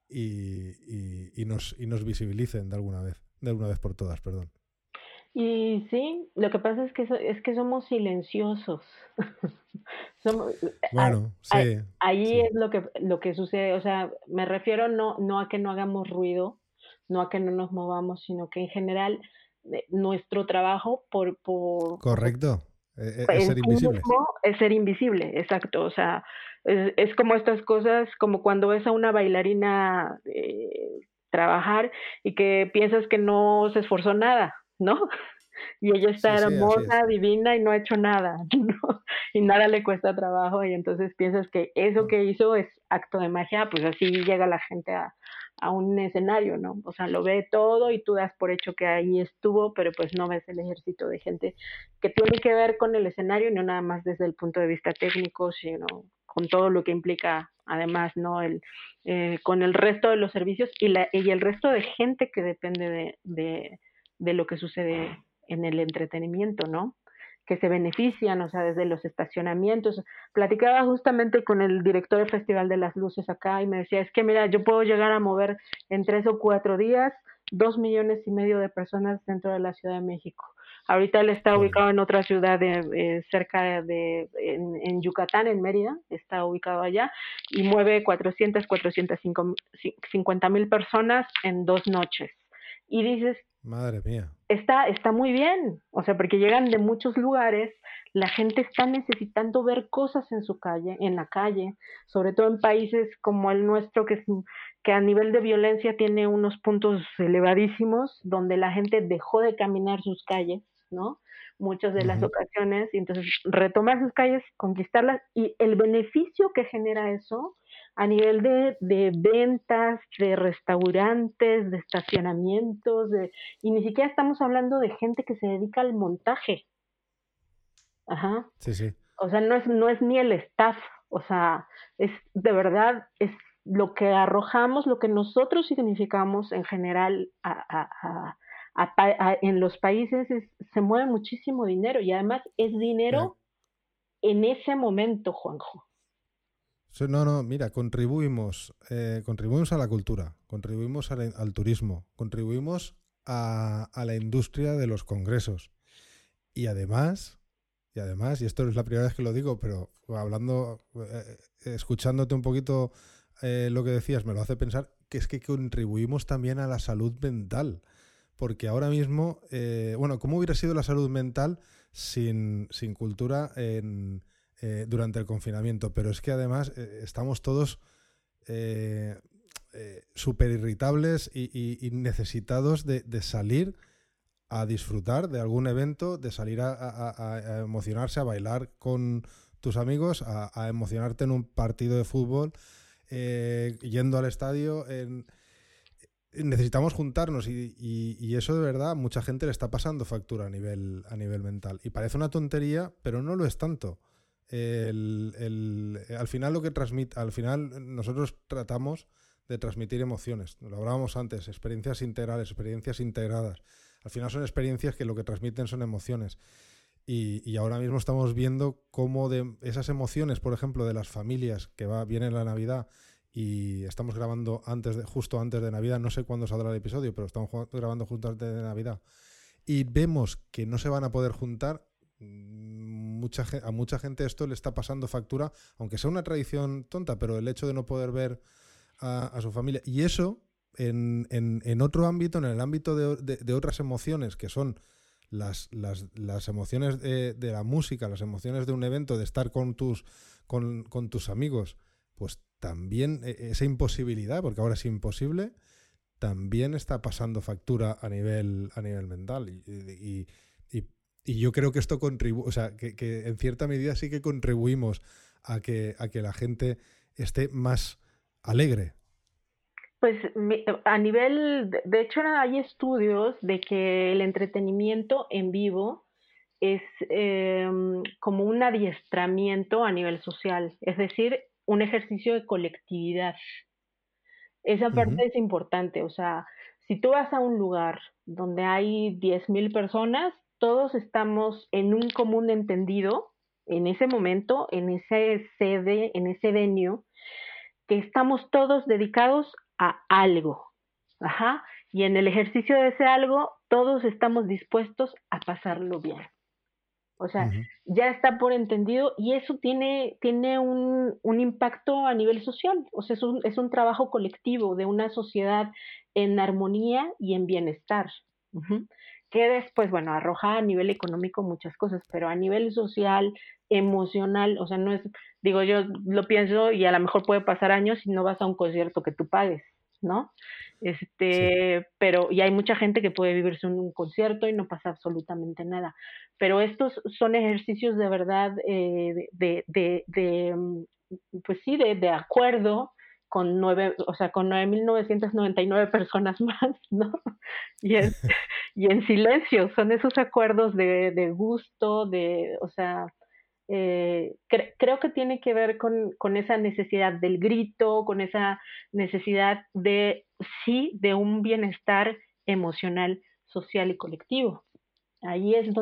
y nos visibilicen de alguna vez por todas, perdón. Y sí, lo que pasa es que somos silenciosos. Somos, a- Bueno, a- sí, ahí sí. es lo que sucede. O sea, me refiero no a que no hagamos ruido, no a que no nos movamos, sino que en general nuestro trabajo Correcto. Es en ser sí invisibles. mismo es ser invisible, exacto. O sea, es como estas cosas, como cuando ves a una bailarina trabajar y que piensas que no se esforzó nada, ¿no? y ella está Sí, sí, así es. hermosa, divina y no ha hecho nada, ¿no? Y nada le cuesta trabajo y entonces piensas que eso No, que hizo es acto de magia, pues así llega la gente a un escenario, ¿no? O sea, lo ve todo y tú das por hecho que ahí estuvo, pero pues no ves el ejército de gente que tiene que ver con el escenario, no nada más desde el punto de vista técnico, sino con todo lo que implica además, ¿no? Con el resto de los servicios y el resto de gente que depende de lo que sucede en el entretenimiento, ¿no? Que se benefician, o sea, desde los estacionamientos. Platicaba justamente con el director del Festival de las Luces acá y me decía, es que mira, yo puedo llegar a mover en 3 o 4 días 2,5 millones de personas dentro de la Ciudad de México. Ahorita él está jolín. ubicado en otra ciudad cerca en Yucatán, en Mérida, está ubicado allá, y mueve 450,000 personas en 2 noches. Y dices, Madre mía. está muy bien, o sea, porque llegan de muchos lugares, la gente está necesitando ver cosas en su calle, en la calle, sobre todo en países como el nuestro, que a nivel de violencia tiene unos puntos elevadísimos, donde la gente dejó de caminar sus calles, ¿no? Muchas de las Ujú. ocasiones, y entonces retomar sus calles, conquistarlas, y el beneficio que genera eso a nivel de ventas, de restaurantes, de estacionamientos, y ni siquiera estamos hablando de gente que se dedica al montaje. Ajá. Sí, sí. O sea, no es ni el staff. O sea, es de verdad, es lo que arrojamos, lo que nosotros significamos en general en los países, se mueve muchísimo dinero y además es Mira, dinero en ese momento, Juanjo. no, no, mira, contribuimos a la cultura, contribuimos al turismo, contribuimos a la industria de los congresos. Y además, y esto es la primera vez que lo digo, pero hablando, escuchándote un poquito lo que decías, me lo hace pensar que es que contribuimos también a la salud mental. Porque ahora mismo, bueno, ¿cómo hubiera sido la salud mental sin cultura durante el confinamiento? Pero es que además estamos todos súper irritables y necesitados de salir a disfrutar de algún evento, de salir a emocionarse, a bailar con tus amigos, a emocionarte en un partido de fútbol, yendo al estadio. Necesitamos juntarnos y eso de verdad a mucha gente le está pasando factura a nivel mental. Y parece una tontería, pero no lo es tanto. Al final lo que transmite, al final nosotros tratamos de transmitir emociones. Lo hablábamos antes, experiencias integrales, experiencias integradas. Al final son experiencias que lo que transmiten son emociones. Y ahora mismo estamos viendo cómo de esas emociones, por ejemplo, de las familias viene la Navidad y estamos grabando justo antes de Navidad, no sé cuándo saldrá el episodio, pero estamos grabando justo antes de Navidad y vemos que no se van a poder juntar. A mucha gente esto le está pasando factura, aunque sea una tradición tonta, pero el hecho de no poder ver a su familia. Y eso, en otro ámbito, en el ámbito de otras emociones, que son las emociones de la música, las emociones de un evento, de estar con tus amigos, pues también esa imposibilidad, porque ahora es imposible, también está pasando factura a nivel mental. Y yo creo que esto contribuye, o sea, que en cierta medida sí que contribuimos a que la gente esté más alegre. Pues a nivel, de hecho hay estudios de que el entretenimiento en vivo es como un adiestramiento a nivel social, es decir, un ejercicio de colectividad. Esa Ujú. parte es importante, o sea, si tú vas a un lugar donde hay 10,000 personas, todos estamos en un común entendido en ese momento, en ese sede, en ese venue, que estamos todos dedicados a algo. Ajá. Y en el ejercicio de ese algo, todos estamos dispuestos a pasarlo bien. O sea, Ujú. ya está por entendido y eso tiene un impacto a nivel social. O sea, es un trabajo colectivo de una sociedad en armonía y en bienestar. Ujú. Que después, bueno, arroja a nivel económico muchas cosas, pero a nivel social, emocional, o sea, no es, digo, yo lo pienso y a lo mejor puede pasar años y no vas a un concierto que tú pagues, ¿no? Sí. Pero, y hay mucha gente que puede vivirse en un concierto y no pasa absolutamente nada. Pero estos son ejercicios de verdad, pues sí, de acuerdo con o sea, con 9.999 personas más, ¿no? Y en, y en silencio, son esos acuerdos de gusto, o sea, creo que tiene que ver con esa necesidad del grito, con esa necesidad sí, de un bienestar emocional, social y colectivo. Ahí es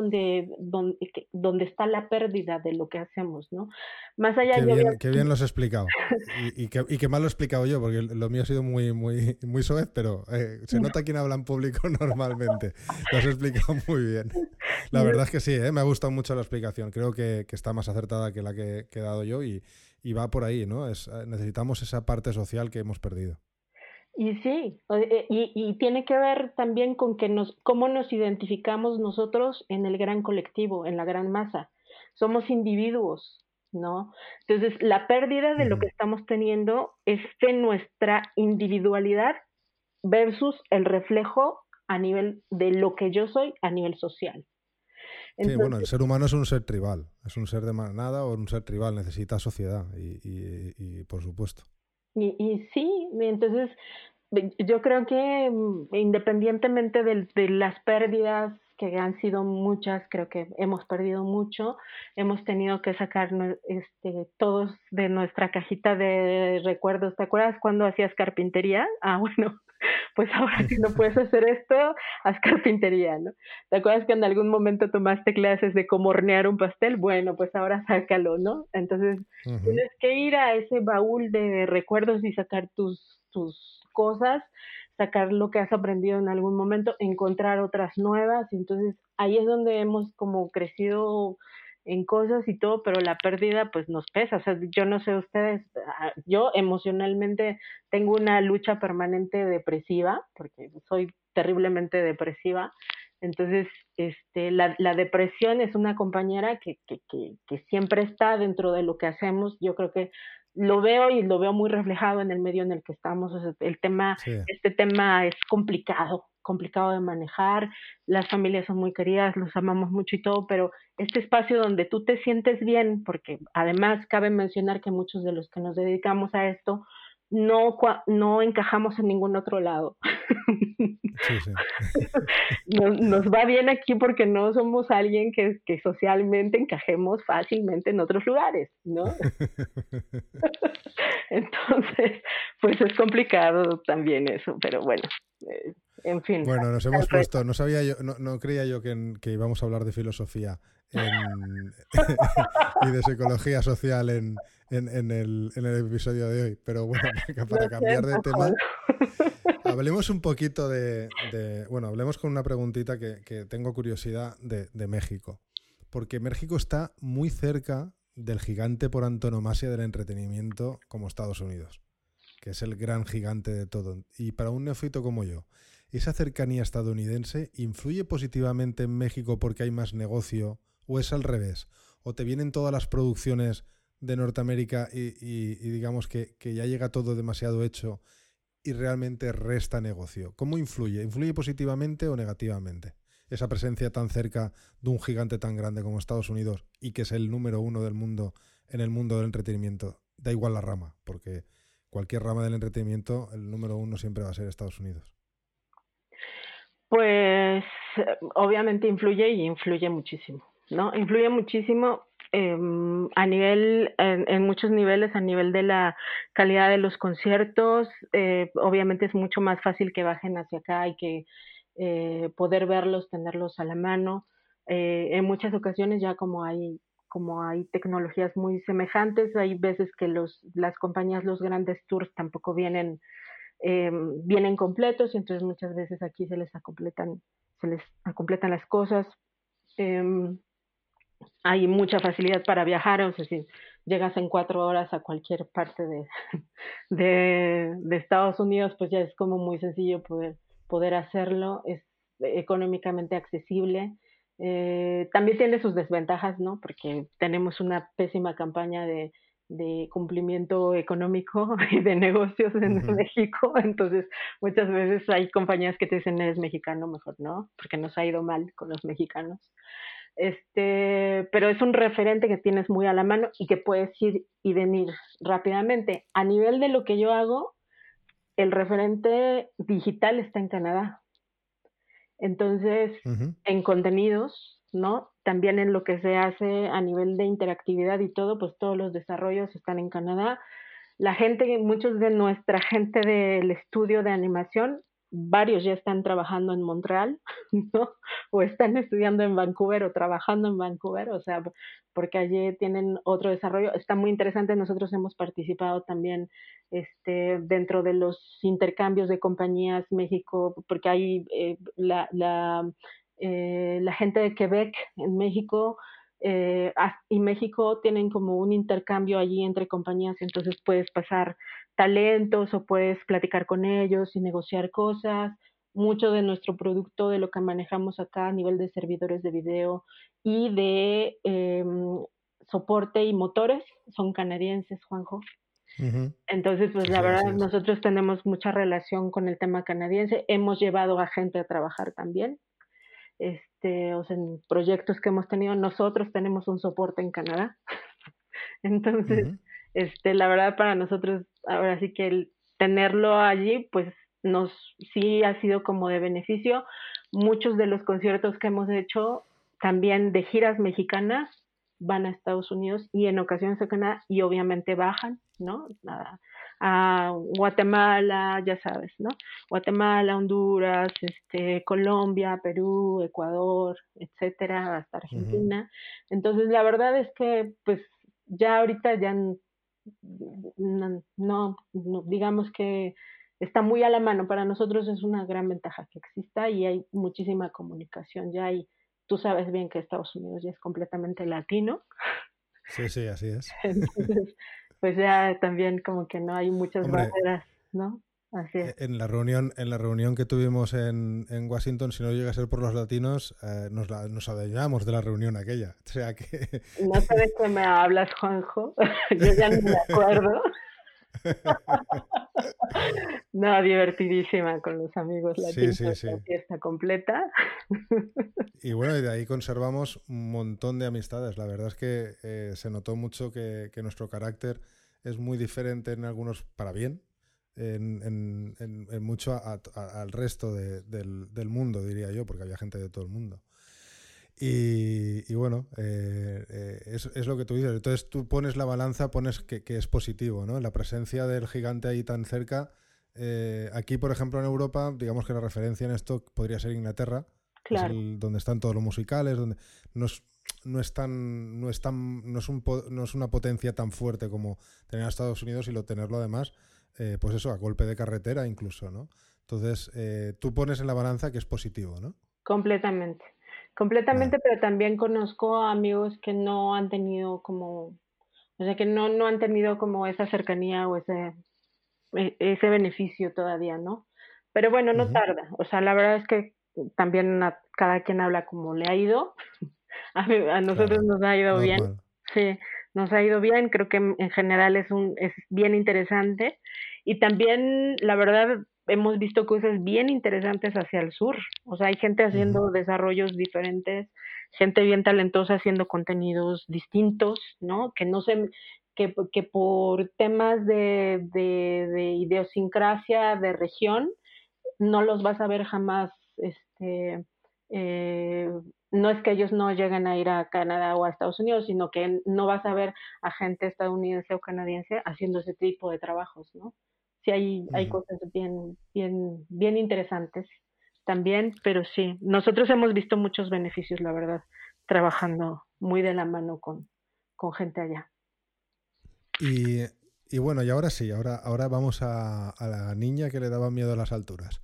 donde está la pérdida de lo que hacemos, ¿no? Más allá, yo Qué bien lo has explicado. Y qué mal lo he explicado yo, porque lo mío ha sido muy soez, pero se nota quién habla en público normalmente. Lo has explicado muy bien. La verdad es que sí, me ha gustado mucho la explicación. Creo que está más acertada que la que he dado yo y va por ahí, ¿no? Necesitamos esa parte social que hemos perdido. y sí, y tiene que ver también con cómo nos identificamos nosotros en el gran colectivo, en la gran masa. Somos individuos, ¿no? Entonces, la pérdida de lo que Ujú. estamos teniendo es de nuestra individualidad versus el reflejo a nivel de lo que yo soy a nivel social. Sí, bueno, el Entonces, ser humano es un ser tribal, es un ser de manada o un ser tribal, necesita sociedad y por supuesto. y sí, entonces yo creo que independientemente de las pérdidas que han sido muchas, creo que hemos perdido mucho, hemos tenido que sacar todos de nuestra cajita de recuerdos. ¿Te acuerdas cuando hacías carpintería? Ah, bueno, pues ahora si no puedes hacer esto, haz carpintería, ¿no? ¿Te acuerdas que en algún momento tomaste clases de cómo hornear un pastel? Bueno, pues ahora sácalo, ¿no? Entonces Ujú. tienes que ir a ese baúl de recuerdos y sacar tus cosas, sacar lo que has aprendido en algún momento, encontrar otras nuevas, y entonces ahí es donde hemos como crecido en cosas y todo, pero la pérdida pues nos pesa. O sea, yo no sé ustedes, yo emocionalmente tengo una lucha permanente depresiva, porque soy terriblemente depresiva. Entonces, la depresión es una compañera que siempre está dentro de lo que hacemos. Yo creo que lo veo y lo veo muy reflejado en el medio en el que estamos. O sea, Sí. este tema es complicado de manejar. Las familias son muy queridas, los amamos mucho y todo, pero este espacio donde tú te sientes bien, porque además cabe mencionar que muchos de los que nos dedicamos a esto no encajamos en ningún otro lado. Sí, sí. Nos va bien aquí porque no somos alguien que socialmente encajemos fácilmente en otros lugares, ¿no? Entonces, pues es complicado también eso, pero bueno, en fin, Bueno, ahí nos está el hemos reto. puesto, no sabía yo, no creía yo que íbamos a hablar de filosofía en, y de psicología social en el episodio de hoy, pero bueno, No para sé, cambiar de mejor. tema, hablemos un poquito bueno, hablemos con una preguntita que tengo curiosidad de México, porque México está muy cerca del gigante por antonomasia del entretenimiento como Estados Unidos, que es el gran gigante de todo. Y para un neófito como yo, ¿esa cercanía estadounidense influye positivamente en México porque hay más negocio o es al revés? ¿O te vienen todas las producciones de Norteamérica y digamos que ya llega todo demasiado hecho y realmente resta negocio? ¿Cómo influye? ¿Influye positivamente o negativamente? Esa presencia tan cerca de un gigante tan grande como Estados Unidos y que es el número uno del mundo en el mundo del entretenimiento. Da igual la rama, porque cualquier rama del entretenimiento, el número uno siempre va a ser Estados Unidos. Pues obviamente influye y influye muchísimo, ¿no? Influye muchísimo en muchos niveles, a nivel de la calidad de los conciertos. Obviamente es mucho más fácil que bajen hacia acá y que poder verlos, tenerlos a la mano. En muchas ocasiones ya como hay tecnologías muy semejantes, hay veces que las compañías, los grandes tours tampoco vienen completos y entonces muchas veces aquí se les acompletan las cosas. Eh, Hay mucha facilidad para viajar, o sea, si llegas en 4 horas a cualquier parte de Estados Unidos, pues ya es como muy sencillo poder hacerlo, es económicamente accesible. También tiene sus desventajas, ¿no? Porque tenemos una pésima campaña de cumplimiento económico y de negocios en México. Entonces, muchas veces hay compañías que te dicen, eres mexicano, mejor no, porque nos ha ido mal con los mexicanos. Pero es un referente que tienes muy a la mano y que puedes ir y venir rápidamente. A nivel de lo que yo hago, el referente digital está en Canadá. Entonces, en contenidos, ¿no? También en lo que se hace a nivel de interactividad y todo, pues todos los desarrollos están en Canadá. La gente, muchos de nuestra gente del estudio de animación, varios ya están trabajando en Montreal, ¿no? O están estudiando en Vancouver o trabajando en Vancouver, o sea, porque allí tienen otro desarrollo. Está muy interesante, nosotros hemos participado también dentro de los intercambios de compañías México, porque hay la gente de Quebec en México y México tienen como un intercambio allí entre compañías, entonces puedes pasar talentos o puedes platicar con ellos y negociar cosas. Mucho de nuestro producto, de lo que manejamos acá a nivel de servidores de video y de soporte y motores, son canadienses, Juanjo. Entonces, pues sí, la sí, verdad, nosotros tenemos mucha relación con el tema canadiense. Hemos llevado a gente a trabajar también. O sea, en proyectos que hemos tenido, nosotros tenemos un soporte en Canadá. Entonces, la verdad para nosotros, ahora sí que el tenerlo allí, pues sí ha sido como de beneficio. Muchos de los conciertos que hemos hecho también de giras mexicanas van a Estados Unidos y en ocasiones a Canadá y obviamente bajan, ¿no? A Guatemala, ya sabes, ¿no? Guatemala, Honduras, Colombia, Perú, Ecuador, etcétera, hasta Argentina. Entonces, la verdad es que, pues, ya ahorita ya no, digamos que está muy a la mano. Para nosotros es una gran ventaja que exista y hay muchísima comunicación. Ya hay, tú sabes bien que Estados Unidos ya es completamente latino. Sí, sí, así es. Entonces, pues ya también como que no hay muchas barreras, ¿no? Así es. En la reunión que tuvimos en Washington, si no llega a ser por los latinos, nos adueñamos de la reunión aquella. O sea que... No sé de qué me hablas, Juanjo. Yo ya no me acuerdo. No, divertidísima con los amigos latinos, sí. la fiesta completa. Y bueno, y de ahí conservamos un montón de amistades. La verdad es que se notó mucho que nuestro carácter es muy diferente en algunos, para bien, en mucho al resto del mundo, diría yo, porque había gente de todo el mundo. Y bueno, es lo que tú dices. Entonces tú pones la balanza, pones que es positivo, ¿no? La presencia del gigante ahí tan cerca. Aquí, por ejemplo, en Europa, digamos que la referencia en esto podría ser Inglaterra, Claro. que es donde están todos los musicales, donde no es una potencia tan fuerte como tener a Estados Unidos y tenerlo además, pues eso, a golpe de carretera incluso, ¿no? Entonces, tú pones en la balanza que es positivo, ¿no? Completamente, pero también conozco amigos que no han tenido como, o sea, que no han tenido como esa cercanía o ese beneficio todavía, ¿no? Pero bueno, no tarda. O sea, la verdad es que también cada quien habla como le ha ido. A nosotros nos ha ido bien. Sí, nos ha ido bien. Creo que en general es bien interesante. Y también, la verdad, hemos visto cosas bien interesantes hacia el sur. O sea, hay gente haciendo desarrollos diferentes, gente bien talentosa haciendo contenidos distintos, ¿no? Que no se, que por temas de idiosincrasia de región no los vas a ver jamás, no es que ellos no lleguen a ir a Canadá o a Estados Unidos, sino que no vas a ver a gente estadounidense o canadiense haciendo ese tipo de trabajos, ¿no? Sí hay cosas bien interesantes también, pero sí, nosotros hemos visto muchos beneficios, la verdad, trabajando muy de la mano con gente allá. Y bueno, y ahora sí, ahora vamos a la niña que le daba miedo a las alturas.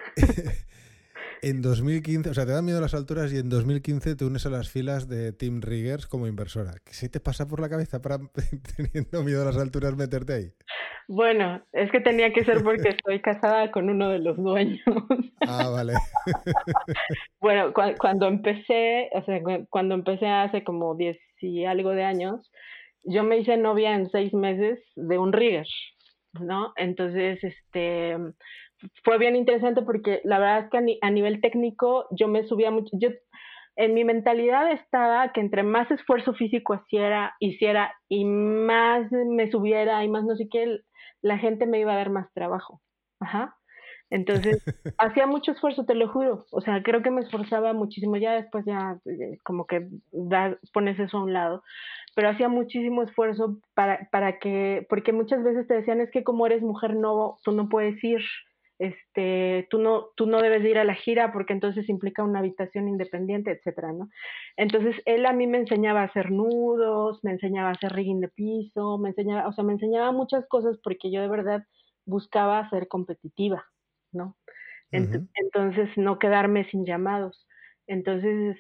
En 2015, o sea, te da miedo a las alturas y en 2015 te unes a las filas de Team Riggers como inversora. ¿Qué te pasa por la cabeza para, teniendo miedo a las alturas, meterte ahí? Bueno, es que tenía que ser porque estoy casada con uno de los dueños. Ah, vale. Bueno, cuando empecé, o sea, cuando empecé hace como 10 y algo de años, yo me hice novia en 6 meses de un rigger, ¿no? Entonces, fue bien interesante porque la verdad es que a nivel técnico yo me subía mucho, yo en mi mentalidad estaba que entre más esfuerzo físico hiciera y más me subiera y más no sé qué, la gente me iba a dar más trabajo. Ajá. Entonces, hacía mucho esfuerzo, te lo juro. O sea, creo que me esforzaba muchísimo. Ya después ya como que pones eso a un lado. Pero hacía muchísimo esfuerzo para que, porque muchas veces te decían, es que como eres mujer, no, tú no puedes ir, tú no debes de ir a la gira porque entonces implica una habitación independiente, etcétera, ¿no? Entonces él a mí me enseñaba a hacer nudos, me enseñaba a hacer rigging de piso, o sea, me enseñaba muchas cosas porque yo de verdad buscaba ser competitiva, ¿no? Ujú. Entonces no quedarme sin llamados. Entonces,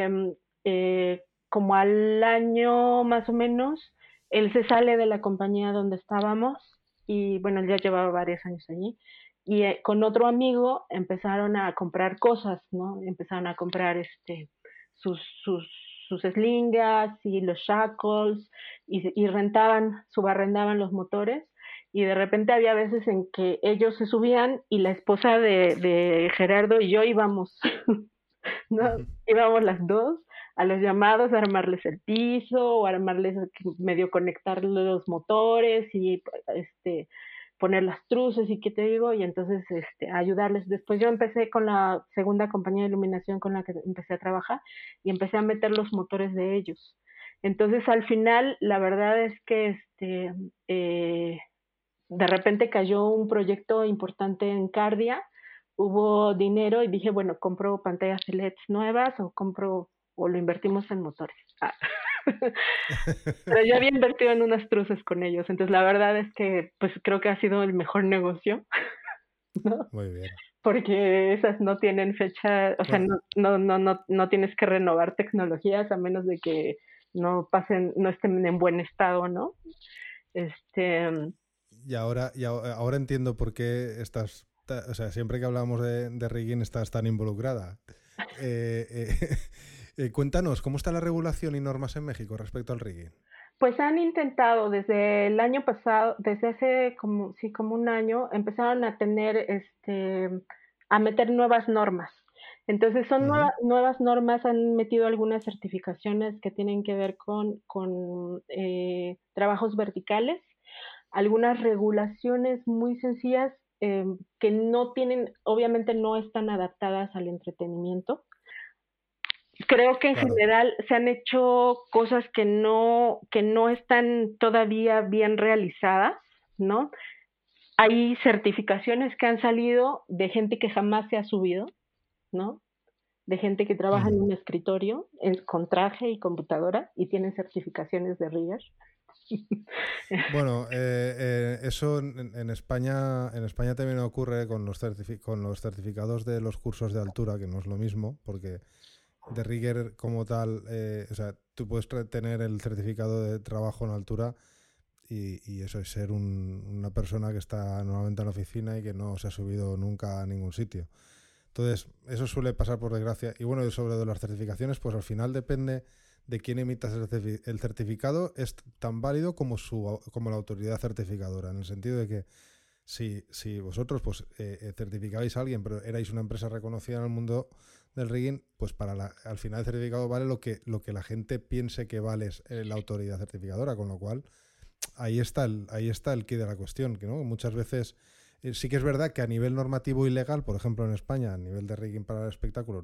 como al año más o menos, él se sale de la compañía donde estábamos y bueno, él ya llevaba varios años allí y con otro amigo empezaron a comprar cosas, ¿no? Empezaron a comprar sus, sus, sus slingas y los shackles y subarrendaban los motores y de repente había veces en que ellos se subían y la esposa de Gerardo y yo íbamos, ¿no? Íbamos las dos a los llamados a armarles el piso o armarles, medio conectarles los motores y poner las truces y qué te digo, y entonces ayudarles. Después yo empecé con la segunda compañía de iluminación con la que empecé a trabajar y empecé a meter los motores de ellos. Entonces al final la verdad es que de repente cayó un proyecto importante en Cardia, hubo dinero y dije, bueno, compro pantallas LEDs nuevas o lo invertimos en motores. Ah. Pero yo había invertido en unas truces con ellos, entonces la verdad es que pues creo que ha sido el mejor negocio, ¿no? Muy bien. Porque esas no tienen fecha, o sea, Bueno, no tienes que renovar tecnologías a menos de que no estén en buen estado, ¿no? Este, ahora entiendo por qué o sea, siempre que hablamos de rigging estás tan involucrada. Eh, eh, cuéntanos, ¿cómo está la regulación y normas en México respecto al rigging? Pues han intentado desde el año pasado, desde hace como, sí, como un año, empezaron a tener, a meter nuevas normas. Entonces son Ujú. nuevas normas, han metido algunas certificaciones que tienen que ver con trabajos verticales, algunas regulaciones muy sencillas que no tienen, obviamente no están adaptadas al entretenimiento. Creo que en Claro. general se han hecho cosas que no están todavía bien realizadas, ¿no? Hay certificaciones que han salido de gente que jamás se ha subido, ¿no? De gente que trabaja en Ujú. un escritorio con traje y computadora y tienen certificaciones de rigger. Bueno, eso en España también ocurre con con los certificados de los cursos de altura, que no es lo mismo, porque de rigger como tal, o sea, tú puedes tener el certificado de trabajo en altura y eso es ser una persona que está normalmente en la oficina y que no se ha subido nunca a ningún sitio. Entonces, eso suele pasar por desgracia. Y bueno, y sobre de las certificaciones, pues al final depende de quién emita el certificado, es tan válido como, como la autoridad certificadora, en el sentido de que si vosotros pues certificabais a alguien, pero erais una empresa reconocida en el mundo del rigging, pues al final el certificado vale lo que la gente piense que vale la autoridad certificadora, con lo cual ahí está el quid de la cuestión, que ¿no? Muchas veces sí que es verdad que a nivel normativo y legal, por ejemplo en España, a nivel de rigging para el espectáculo,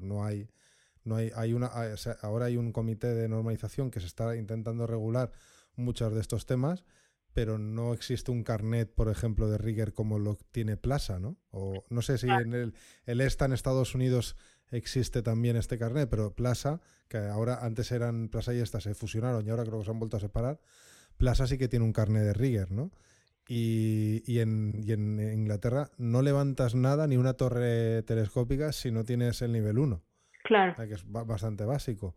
o sea, ahora hay un comité de normalización que se está intentando regular muchos de estos temas, pero no existe un carnet, por ejemplo, de rigger como lo tiene Plaza, ¿no? O no sé si en el ESTA en Estados Unidos existe también este carnet, pero Plaza, que ahora antes eran Plaza y ESTA, se fusionaron y ahora creo que se han vuelto a separar. Plaza sí que tiene un carnet de rigger, ¿no? Y en Inglaterra no levantas nada, ni una torre telescópica, si no tienes el nivel uno, Claro. que es bastante básico.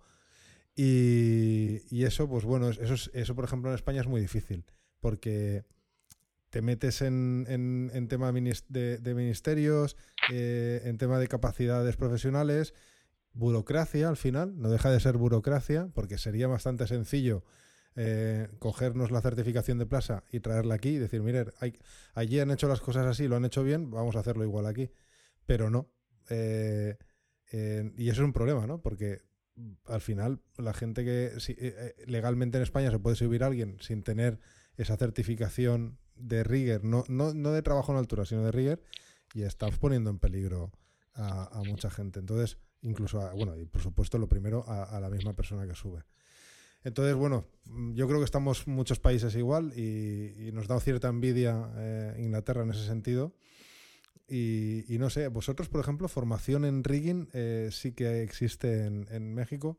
Y eso, pues bueno, eso por ejemplo en España es muy difícil, porque te metes en tema de ministerios, en tema de capacidades profesionales, burocracia al final, no deja de ser burocracia, porque sería bastante sencillo cogernos la certificación de Plaza y traerla aquí y decir, miren, allí han hecho las cosas así, lo han hecho bien, vamos a hacerlo igual aquí. Pero no. Y eso es un problema, ¿no? Porque al final la gente que legalmente en España se puede subir a alguien sin tener esa certificación de rigger, no de trabajo en altura, sino de rigger, y estás poniendo en peligro a mucha gente. Entonces, incluso, y por supuesto, lo primero, a la misma persona que sube. Entonces, bueno, yo creo que estamos muchos países igual y nos da cierta envidia Inglaterra en ese sentido. Y no sé, vosotros, por ejemplo, formación en rigging sí que existe en México.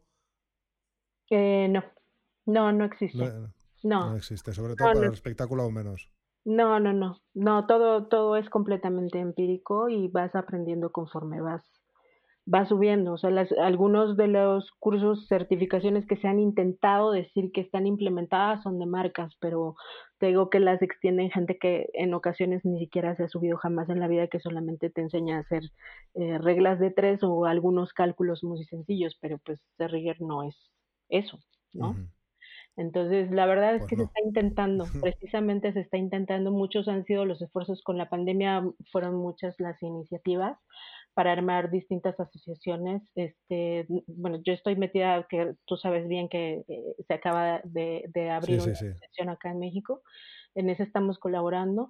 No existe. No, No, no existe, sobre todo no, para no, el espectáculo o menos. no, todo es completamente empírico y vas aprendiendo conforme vas subiendo. O sea, algunos de los cursos, certificaciones que se han intentado decir que están implementadas son de marcas, pero te digo que las extienden gente que en ocasiones ni siquiera se ha subido jamás en la vida, que solamente te enseña a hacer reglas de tres o algunos cálculos muy sencillos, pero pues ser rigger no es eso, ¿no? Uh-huh. Entonces, la verdad es Pues que se no. está intentando, precisamente se está intentando, muchos han sido los esfuerzos con la pandemia, fueron muchas las iniciativas para armar distintas asociaciones. Bueno, yo estoy metida, que tú sabes bien que se acaba de abrir Sí, una sí, sí. asociación acá en México, en esa estamos colaborando.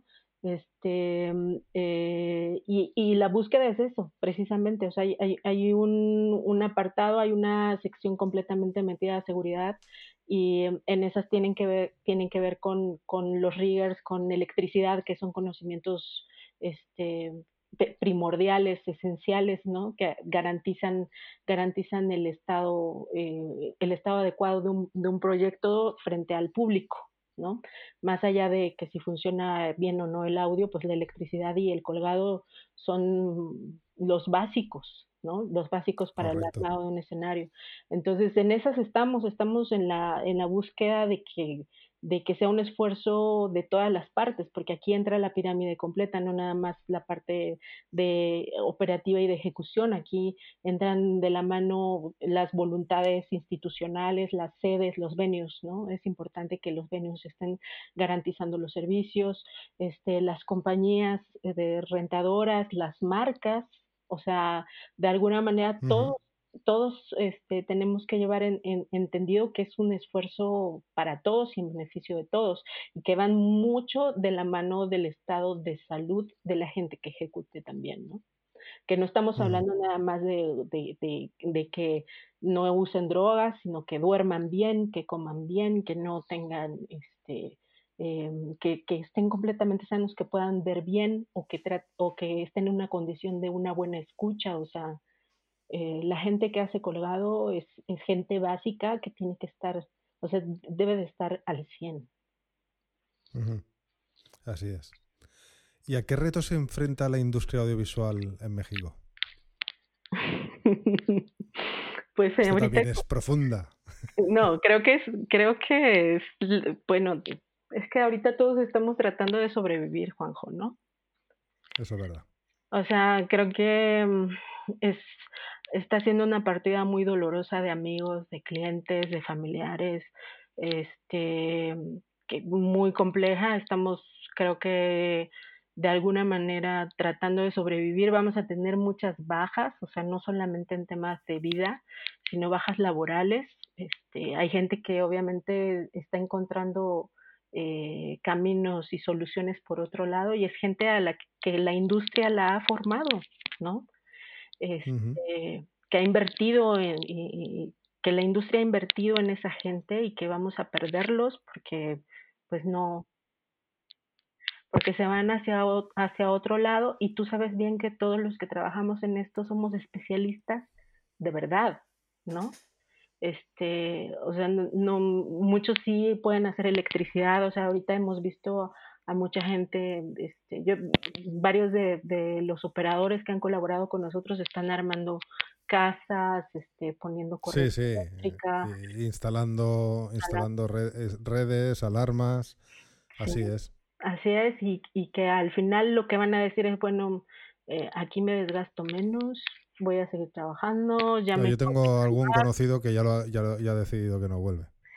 Y la búsqueda es eso, precisamente, o sea, hay un apartado, hay una sección completamente metida a seguridad y en esas tienen que ver con los riggers, con electricidad, que son conocimientos este, primordiales, esenciales, ¿no? Que garantizan el estado adecuado de un proyecto frente al público, ¿no? Más allá de que si funciona bien o no el audio, pues la electricidad y el colgado son los básicos, ¿no? Los básicos para el Correcto. armado de un escenario. Entonces, en esas estamos en la búsqueda de que sea un esfuerzo de todas las partes, porque aquí entra la pirámide completa, no nada más la parte de operativa y de ejecución, aquí entran de la mano las voluntades institucionales, las sedes, los venues, ¿no? Es importante que los venues estén garantizando los servicios, las compañías de rentadoras, las marcas, o sea, de alguna manera Uh-huh. todos tenemos que llevar entendido que es un esfuerzo para todos y en beneficio de todos y que van mucho de la mano del estado de salud de la gente que ejecute también, ¿no? Que no estamos Uh-huh. hablando nada más de que no usen drogas, sino que duerman bien, que coman bien, que no tengan, que estén completamente sanos, que puedan ver bien o que estén en una condición de una buena escucha, o sea, la gente que hace colgado es gente básica que tiene que estar, o sea, debe de estar al 100. Uh-huh. Así es. ¿Y a qué retos se enfrenta la industria audiovisual en México? Pues Esta ahorita, también es profunda. no, bueno, es que ahorita todos estamos tratando de sobrevivir, Juanjo, ¿no? Eso es verdad. O sea, creo que es, está siendo una partida muy dolorosa de amigos, de clientes, de familiares, este, que muy compleja. Estamos, creo que de alguna manera tratando de sobrevivir. Vamos a tener muchas bajas, o sea, no solamente en temas de vida, sino bajas laborales. Hay gente que obviamente está encontrando caminos y soluciones por otro lado y es gente a la que la industria la ha formado, ¿no? Uh-huh. Que ha invertido que la industria ha invertido en esa gente y que vamos a perderlos porque pues no, porque se van hacia otro lado y tú sabes bien que todos los que trabajamos en esto somos especialistas de verdad, ¿no? O sea, muchos sí pueden hacer electricidad, o sea, ahorita hemos visto a mucha gente, varios de los operadores que han colaborado con nosotros están armando casas, poniendo Sí, corriente sí. eléctrica, Instalando redes, alarmas. sí, Así es. así es, y que al final lo que van a decir es, bueno, aquí me desgasto menos, voy a seguir trabajando, ya No, me yo tengo algún conocido que ya ha decidido que no vuelve.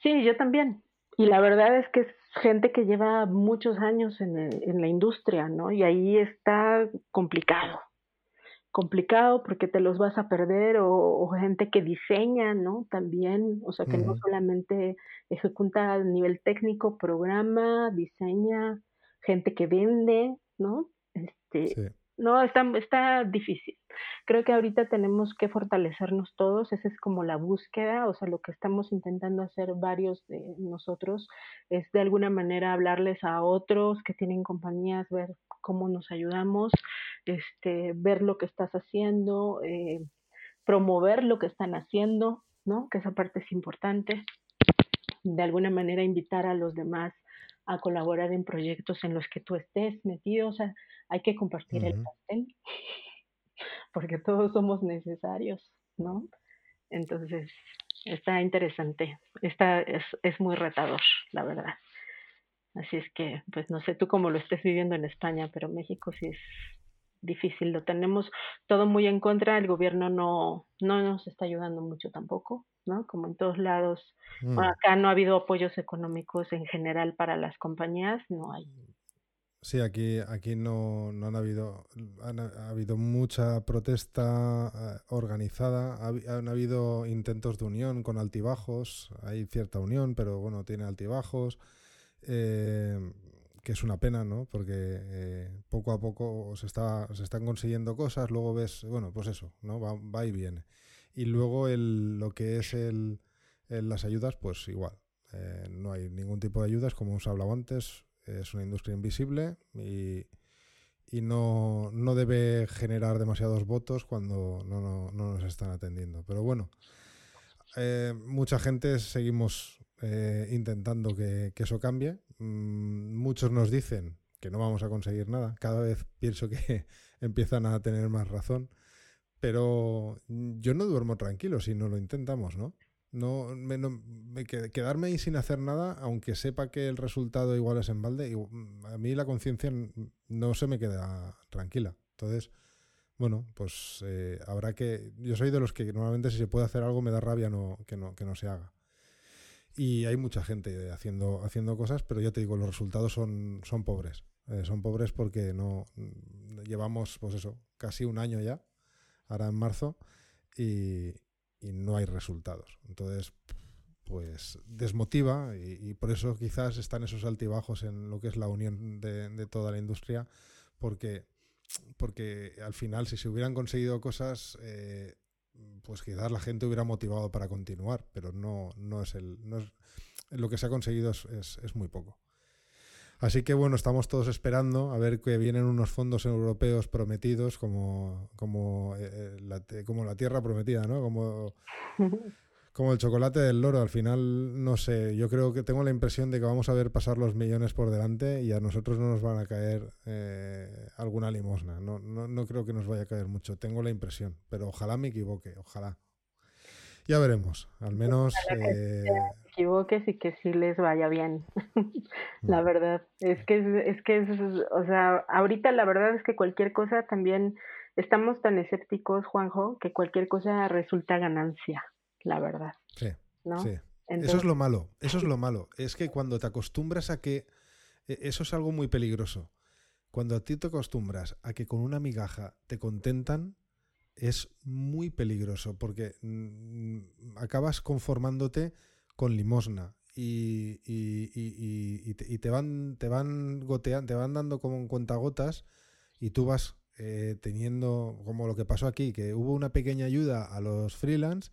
Sí, yo también. Y la verdad es que es gente que lleva muchos años en la industria, ¿no? Y ahí está complicado. Complicado porque te los vas a perder o gente que diseña, ¿no? También, o sea, que no Ujú. solamente ejecuta a nivel técnico, programa, diseña, gente que vende, ¿no? Sí. No, está difícil. Creo que ahorita tenemos que fortalecernos todos, esa es como la búsqueda, o sea, lo que estamos intentando hacer varios de nosotros es de alguna manera hablarles a otros que tienen compañías, ver cómo nos ayudamos, ver lo que estás haciendo, promover lo que están haciendo, ¿no? Que esa parte es importante. De alguna manera invitar a los demás a colaborar en proyectos en los que tú estés metido, o sea, hay que compartir el Ujú. pastel porque todos somos necesarios, ¿no? Entonces, está interesante, es muy retador, la verdad. Así es que, pues no sé tú cómo lo estés viviendo en España, pero México sí es difícil, lo tenemos todo muy en contra, el gobierno no nos está ayudando mucho tampoco, ¿no? Como en todos lados, bueno, Mm. acá no ha habido apoyos económicos en general para las compañías, no hay. Sí, aquí no han habido, ha habido mucha protesta organizada, han habido intentos de unión con altibajos, hay cierta unión, pero bueno, tiene altibajos, eh, que es una pena, ¿no? Porque poco a poco se están consiguiendo cosas, luego ves, bueno, pues eso, ¿no? Va y viene. Y luego lo que es las ayudas, pues igual. No hay ningún tipo de ayudas, como os hablaba antes, es una industria invisible y no debe generar demasiados votos cuando no nos están atendiendo. Pero bueno, mucha gente seguimos intentando que eso cambie. Muchos nos dicen que no vamos a conseguir nada. Cada vez pienso que empiezan a tener más razón. Pero yo no duermo tranquilo si no lo intentamos, ¿no? Quedarme ahí sin hacer nada, aunque sepa que el resultado igual es en balde, a mí la conciencia no se me queda tranquila. Entonces, bueno, pues habrá que... Yo soy de los que normalmente si se puede hacer algo me da rabia que no se haga. Y hay mucha gente haciendo cosas, pero ya te digo, los resultados son pobres. Son pobres porque no llevamos, pues eso, casi un año ya, ahora en marzo, y, y no hay resultados. Entonces, pues desmotiva y por eso quizás están esos altibajos en lo que es la unión de toda la industria, porque, porque al final si se hubieran conseguido cosas, pues quizás la gente hubiera motivado para continuar, pero no es lo que se ha conseguido es muy poco. Así que bueno, estamos todos esperando a ver que vienen unos fondos europeos prometidos como la tierra prometida, ¿no? Como el chocolate del loro. Al final, no sé, yo creo que tengo la impresión de que vamos a ver pasar los millones por delante y a nosotros no nos van a caer alguna limosna. No creo que nos vaya a caer mucho, tengo la impresión, pero ojalá me equivoque, ojalá. Ya veremos, al menos... Ojalá que sí te equivoques y que sí les vaya bien. mm, La verdad, o sea, ahorita la verdad es que cualquier cosa también estamos tan escépticos, Juanjo, que cualquier cosa resulta ganancia, la verdad, sí, ¿no? sí. Eso es Entonces, lo malo, eso es lo malo. Es que cuando te acostumbras a que... Eso es algo muy peligroso. Cuando a ti te acostumbras a que con una migaja te contentan, es muy peligroso porque acabas conformándote con limosna y te van goteando, te van dando como en cuentagotas y tú vas teniendo, como lo que pasó aquí, que hubo una pequeña ayuda a los freelance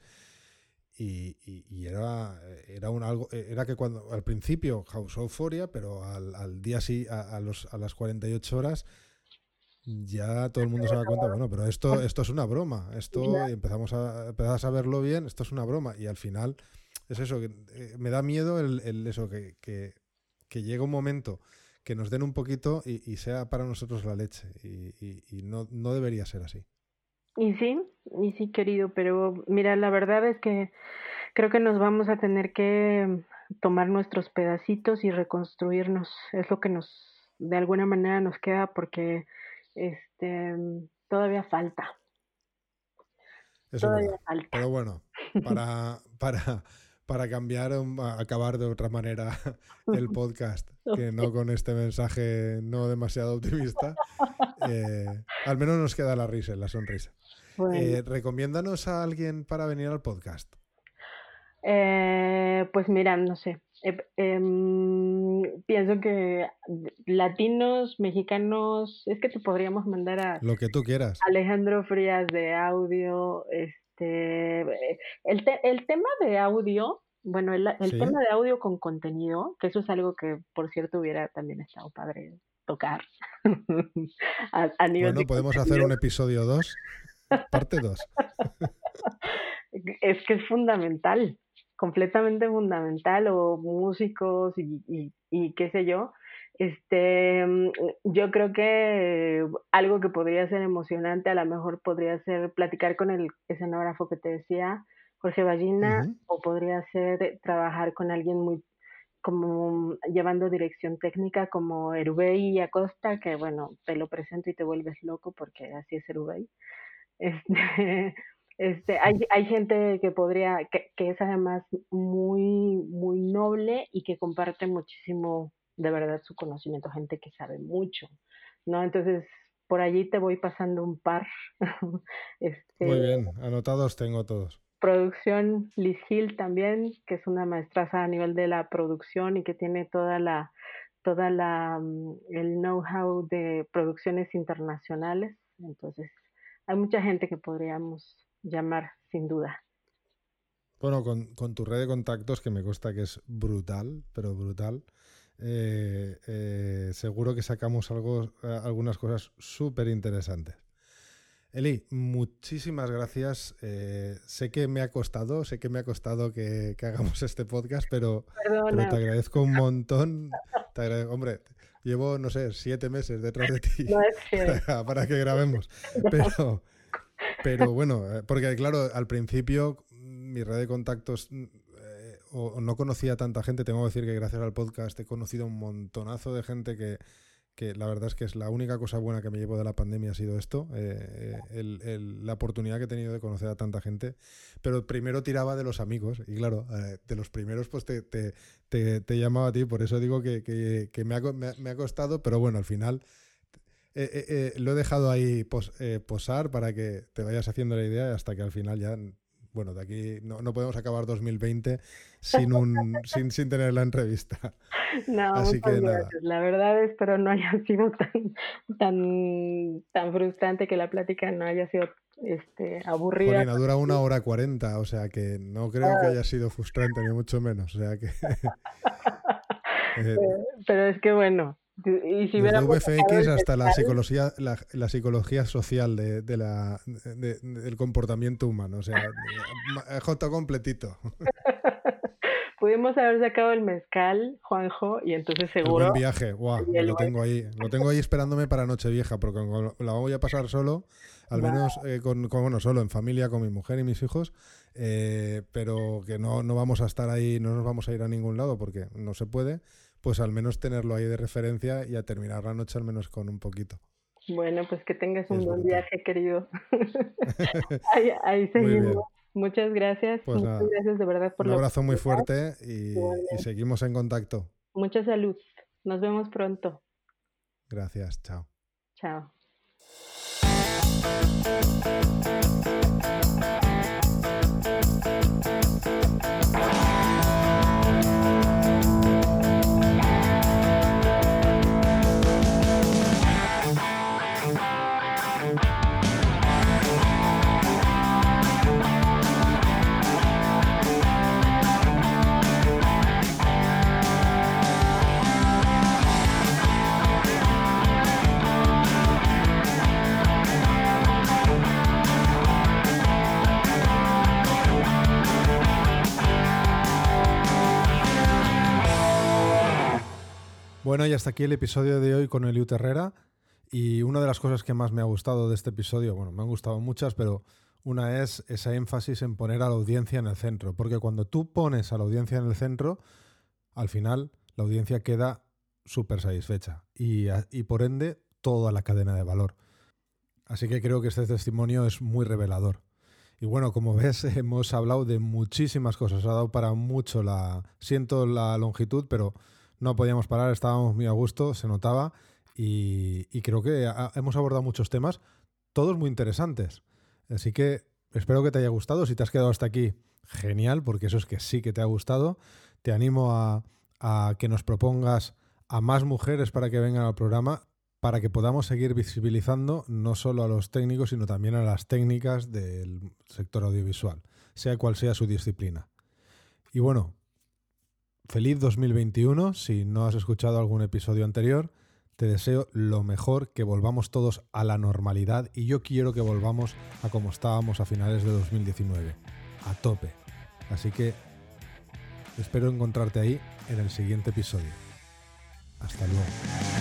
y era que cuando al principio causó euforia, pero al día sí, a las 48 horas ya todo el mundo se da cuenta, bueno, pero esto es una broma, esto y empezamos a verlo bien, esto es una broma y al final es eso, que me da miedo eso, que llegue un momento que nos den un poquito y sea para nosotros la leche y no debería ser así. y sí, querido, pero mira, la verdad es que creo que nos vamos a tener que tomar nuestros pedacitos y reconstruirnos. Es lo que de alguna manera nos queda porque este, todavía falta, Eso es todavía verdad. falta. Pero bueno, para, para, para cambiar, a acabar de otra manera el podcast, que no con este mensaje no demasiado optimista. Al menos nos queda la risa, la sonrisa. Bueno, Recomiéndanos a alguien para venir al podcast. pues mira, no sé. Pienso que latinos, mexicanos, es que te podríamos mandar a Lo que tú quieras. Alejandro Frías de audio. El tema de audio, bueno, el ¿Sí? tema de audio con contenido, que eso es algo que, por cierto, hubiera también estado padre tocar a nivel Bueno, de podemos hacer contenido. un episodio 2, parte 2. Es que es fundamental, completamente fundamental, o músicos y qué sé yo. Yo creo que algo que podría ser emocionante, a lo mejor podría ser platicar con el escenógrafo que te decía, Jorge Ballina, Ujú. o podría ser trabajar con alguien muy como llevando dirección técnica como Erubey Acosta, que bueno, te lo presento y te vuelves loco porque así es Erubey. Este, hay gente que podría, que es además muy, muy noble y que comparte muchísimo de verdad su conocimiento, gente que sabe mucho, ¿no? Entonces, por allí te voy pasando un par. Este, Muy bien, anotados tengo todos. producción Liz Hill también, que es una maestraza a nivel de la producción y que tiene el know-how de producciones internacionales. Entonces, hay mucha gente que podríamos llamar sin duda. Bueno, con tu red de contactos, que me consta que es brutal, pero brutal, seguro que sacamos algunas cosas súper interesantes. Eli, muchísimas gracias. Sé que me ha costado que hagamos este podcast, pero Perdona, te agradezco un montón. Hombre, llevo, no sé, 7 meses detrás de ti no es cierto. para que grabemos. Pero, pero bueno, porque claro, al principio mi red de contactos o no conocía a tanta gente. Tengo que decir que gracias al podcast he conocido un montonazo de gente que la verdad es que es la única cosa buena que me llevo de la pandemia ha sido esto, la oportunidad que he tenido de conocer a tanta gente. Pero primero tiraba de los amigos y claro, de los primeros pues te llamaba a ti, por eso digo que me ha costado, pero bueno, al final lo he dejado ahí posar para que te vayas haciendo la idea hasta que al final ya, bueno, de aquí no podemos acabar 2020 sin tener la entrevista. No, Así muchas que nada. gracias. La verdad espero no haya sido tan frustrante, que la plática no haya sido aburrida. Jolina, dura 1 hora 40, o sea que no creo que haya sido frustrante, ni mucho menos. O sea que eh, Pero es que bueno, y si desde hubiéramos sacado VFX el hasta mezcal, la psicología social del comportamiento humano. O sea, J completito. pudimos haber sacado el mezcal, Juanjo, y entonces El seguro, buen viaje, guau, y el lo tengo ahí esperándome para Nochevieja, porque como la voy a pasar solo, al va, menos bueno, solo en familia con mi mujer y mis hijos, pero que no vamos a estar ahí, no nos vamos a ir a ningún lado porque no se puede, pues al menos tenerlo ahí de referencia y a terminar la noche al menos con un poquito. bueno, pues que tengas un Es buen brutal. viaje, querido. Ahí Muy seguimos. bien, Muchas pues nada, gracias de verdad por un la abrazo muy oportunidad. fuerte y Igualmente. seguimos en contacto. Mucha salud. Nos vemos pronto. Gracias, chao. Chao. Bueno, y hasta aquí el episodio de hoy con Eliu Terrera. Y una de las cosas que más me ha gustado de este episodio, bueno, me han gustado muchas, pero una es ese énfasis en poner a la audiencia en el centro. Porque cuando tú pones a la audiencia en el centro, al final la audiencia queda súper satisfecha. Y por ende, toda la cadena de valor. Así que creo que este testimonio es muy revelador. Y bueno, como ves, hemos hablado de muchísimas cosas. Ha dado para mucho siento la longitud, pero no podíamos parar, estábamos muy a gusto, se notaba. Y creo que hemos abordado muchos temas, todos muy interesantes. Así que espero que te haya gustado. Si te has quedado hasta aquí, genial, porque eso es que sí que te ha gustado. Te animo a que nos propongas a más mujeres para que vengan al programa, para que podamos seguir visibilizando no solo a los técnicos, sino también a las técnicas del sector audiovisual, sea cual sea su disciplina. Y bueno, feliz 2021. Si no has escuchado algún episodio anterior, te deseo lo mejor, que volvamos todos a la normalidad, y yo quiero que volvamos a como estábamos a finales de 2019, a tope. Así que espero encontrarte ahí en el siguiente episodio. Hasta luego.